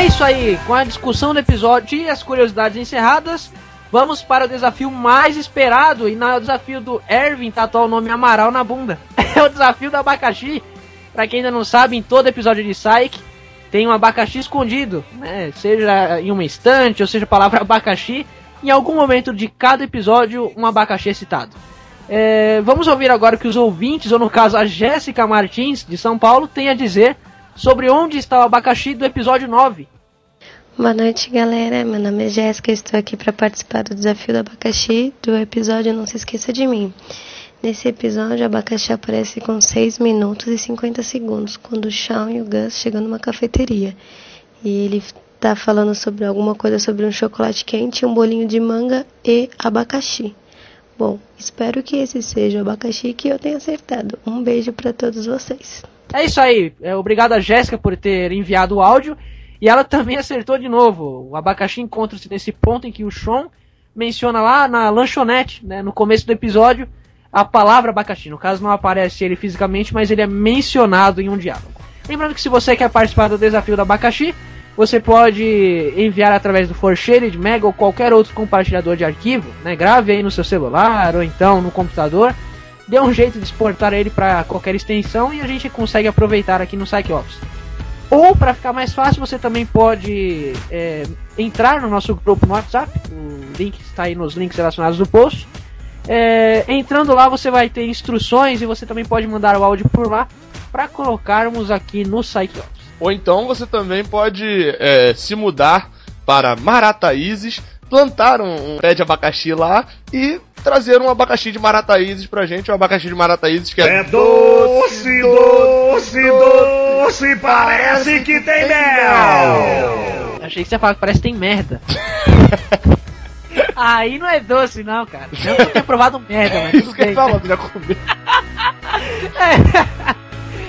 É isso aí, com a discussão do episódio e as curiosidades encerradas, vamos para o desafio mais esperado, e no desafio do Ervin tatuar o nome Amaral na bunda. É o desafio do abacaxi. Pra quem ainda não sabe, em todo episódio de Psyche tem um abacaxi escondido, né? Seja em uma estante, ou seja a palavra abacaxi, em algum momento de cada episódio um abacaxi é citado. É, vamos ouvir agora o que os ouvintes, ou no caso a Jéssica Martins, de São Paulo, tem a dizer sobre onde está o abacaxi do episódio nove. Boa noite, galera. Meu nome é Jéssica, estou aqui para participar do desafio do abacaxi do episódio Não Se Esqueça de Mim. Nesse episódio, o abacaxi aparece com seis minutos e cinquenta segundos, quando o Shawn e o Gus chegam numa cafeteria. E ele tá falando sobre alguma coisa sobre um chocolate quente, um bolinho de manga e abacaxi. Bom, espero que esse seja o abacaxi que eu tenha acertado. Um beijo para todos vocês. É isso aí. É, obrigado a Jéssica por ter enviado o áudio. E ela também acertou de novo. O abacaxi encontra-se nesse ponto em que o Shawn menciona lá na lanchonete, né, no começo do episódio, a palavra abacaxi. No caso, não aparece ele fisicamente, mas ele é mencionado em um diálogo. Lembrando que se você quer participar do desafio do abacaxi, você pode enviar através do ForShared, Mega ou qualquer outro compartilhador de arquivo, né? Grave aí no seu celular ou então no computador. Dê um jeito de exportar ele para qualquer extensão e a gente consegue aproveitar aqui no PsychOffice. Ou, para ficar mais fácil, você também pode é, entrar no nosso grupo no WhatsApp. O link está aí nos links relacionados do post. É, entrando lá você vai ter instruções e você também pode mandar o áudio por lá para colocarmos aqui no PsychOffice. Ou então você também pode é, se mudar para Marataízes, plantar um, um pé de abacaxi lá e trazer um abacaxi de Marataízes pra gente, um abacaxi de Marataízes que é, é doce, doce, doce, doce, parece que tem mel. Achei que você ia falar que parece que tem merda. Aí não é doce não, cara. Eu não tenho provado merda, mas tudo isso que bem. eu falo, já comi. É.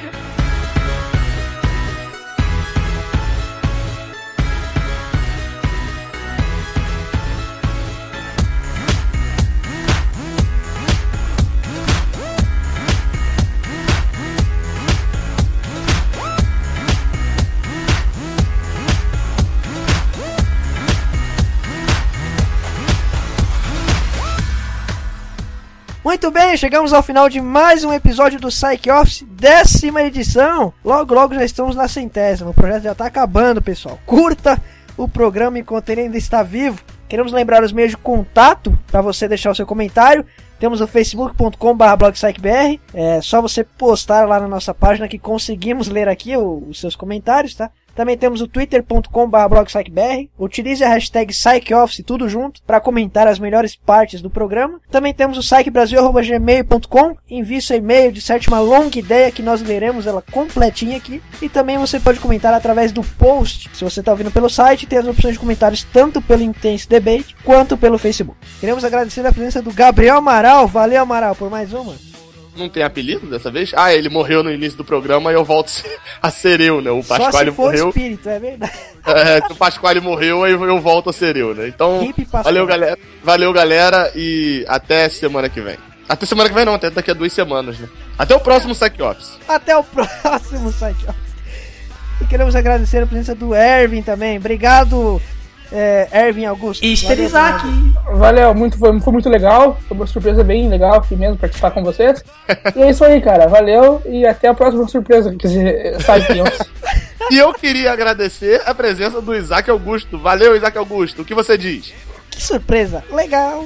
Muito bem, chegamos ao final de mais um episódio do PsychOffice, décima edição. Logo, logo já estamos na centésima. O projeto já está acabando, pessoal. Curta o programa enquanto ele ainda está vivo. Queremos lembrar os meios de contato para você deixar o seu comentário. Temos o facebook ponto com barra blog psych b r. É só você postar lá na nossa página que conseguimos ler aqui o, os seus comentários, tá? Também temos o twitter ponto com barra blog psych b r. Utilize a hashtag PsychOffice, tudo junto, para comentar as melhores partes do programa. Também temos o psych brasil arroba gmail ponto com. Envie seu e-mail, disserte uma longa ideia que nós leremos ela completinha aqui. E também você pode comentar através do post. Se você está ouvindo pelo site, tem as opções de comentários tanto pelo Intense Debate quanto pelo Facebook. Queremos agradecer a presença do Gabriel Amaral. Valeu, Amaral, por mais uma. Não tem apelido dessa vez? Ah, ele morreu no início do programa e eu volto a ser eu, né? O Pasquale Só se for morreu. espírito, é verdade. É, se o Pasquale morreu, aí eu volto a ser eu, né? Então, valeu, galera. Valeu, galera, e até semana que vem. Até semana que vem não, até daqui a duas semanas, né? Até o próximo PsychOffice. Até o próximo PsychOffice. E queremos agradecer a presença do Ervin também. Obrigado, é, Ervin Augusto. Easter Isaac. Valeu, muito, foi, foi muito legal. Foi uma surpresa bem legal aqui mesmo participar com vocês. E é isso aí, cara. Valeu e até a próxima surpresa. Quer dizer, sai E eu queria agradecer a presença do Isaac Augusto. Valeu, Isaac Augusto. O que você diz? Que surpresa. Legal.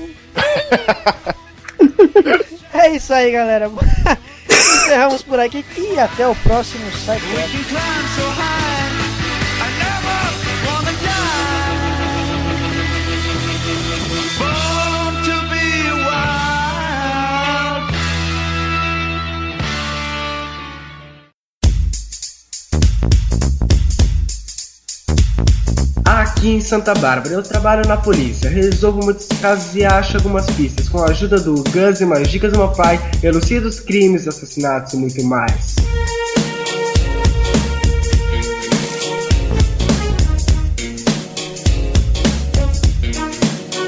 É isso aí, galera. Encerramos por aqui e até o próximo PsychOffice. Aqui em Santa Bárbara, eu trabalho na polícia, resolvo muitos casos e acho algumas pistas. Com a ajuda do Gus e mais dicas do meu pai, elucido os crimes, assassinatos e muito mais.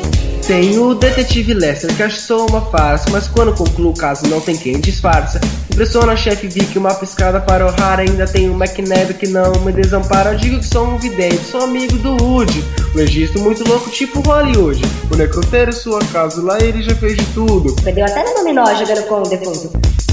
Tem o detetive Lester, que achou uma farsa, mas quando conclui o caso não tem quem disfarça. Pressiona chefe Vic, uma piscada para o raro. Ainda tem o McNabb que não me desampara. Eu digo que sou um vidente, sou amigo do Woody. Um registro muito louco tipo Hollywood. O necrotério sua casa, lá ele já fez de tudo. Perdeu até no dominó jogando com o defunto.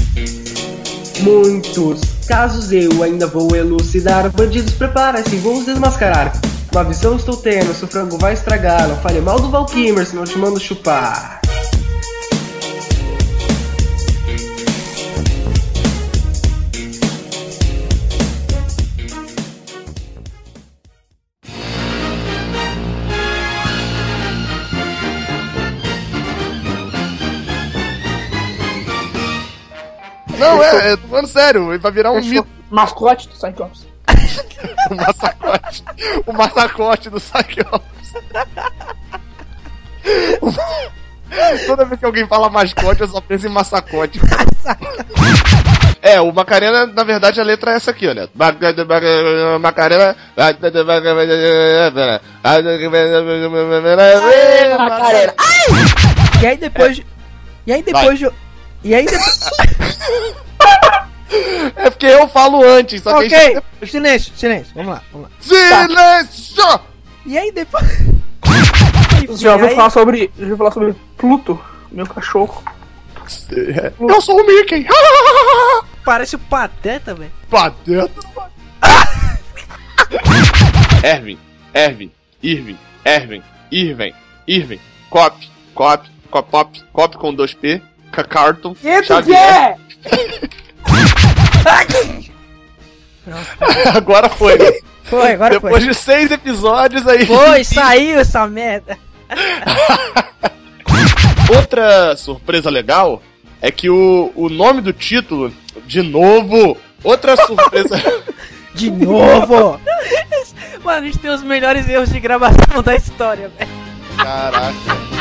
Muitos casos eu ainda vou elucidar. Bandidos prepara-se, vou os desmascarar. Uma visão estou tendo, seu frango vai estragar. Não fale mal do Valkymer, senão eu te mando chupar. Não, é, é, tô falando sério, ele vai virar um mito. Mascote do Psych Office. O massacote. O massacote do Psych Office. Toda vez que alguém fala mascote, eu só penso em massacote. É, o Macarena, na verdade, a letra é essa aqui, ó, né? Macarena. Macarena. E aí depois. E aí depois. De... E aí depois. É porque eu falo antes, só que... Ok, gente... silêncio, silêncio, vamos lá, vamos lá. Silêncio! Tá. E aí depois... Já ouviu falar sobre... Já ouviu falar sobre Pluto, meu cachorro. Eu sou o Mickey! Parece o Pateta, velho. Pateta? Erwin, Erwin, Irving, Erwin, Irving, Irving, Cop, Cop, Cop, Pop, Cop com dois P, Carton, Xavier. Agora foi. Foi, agora Depois foi. de seis episódios aí. Foi, saiu essa merda. Outra surpresa legal é que o, o nome do título, de novo, outra surpresa. De novo! Mano, a gente tem os melhores erros de gravação da história, velho. Caraca.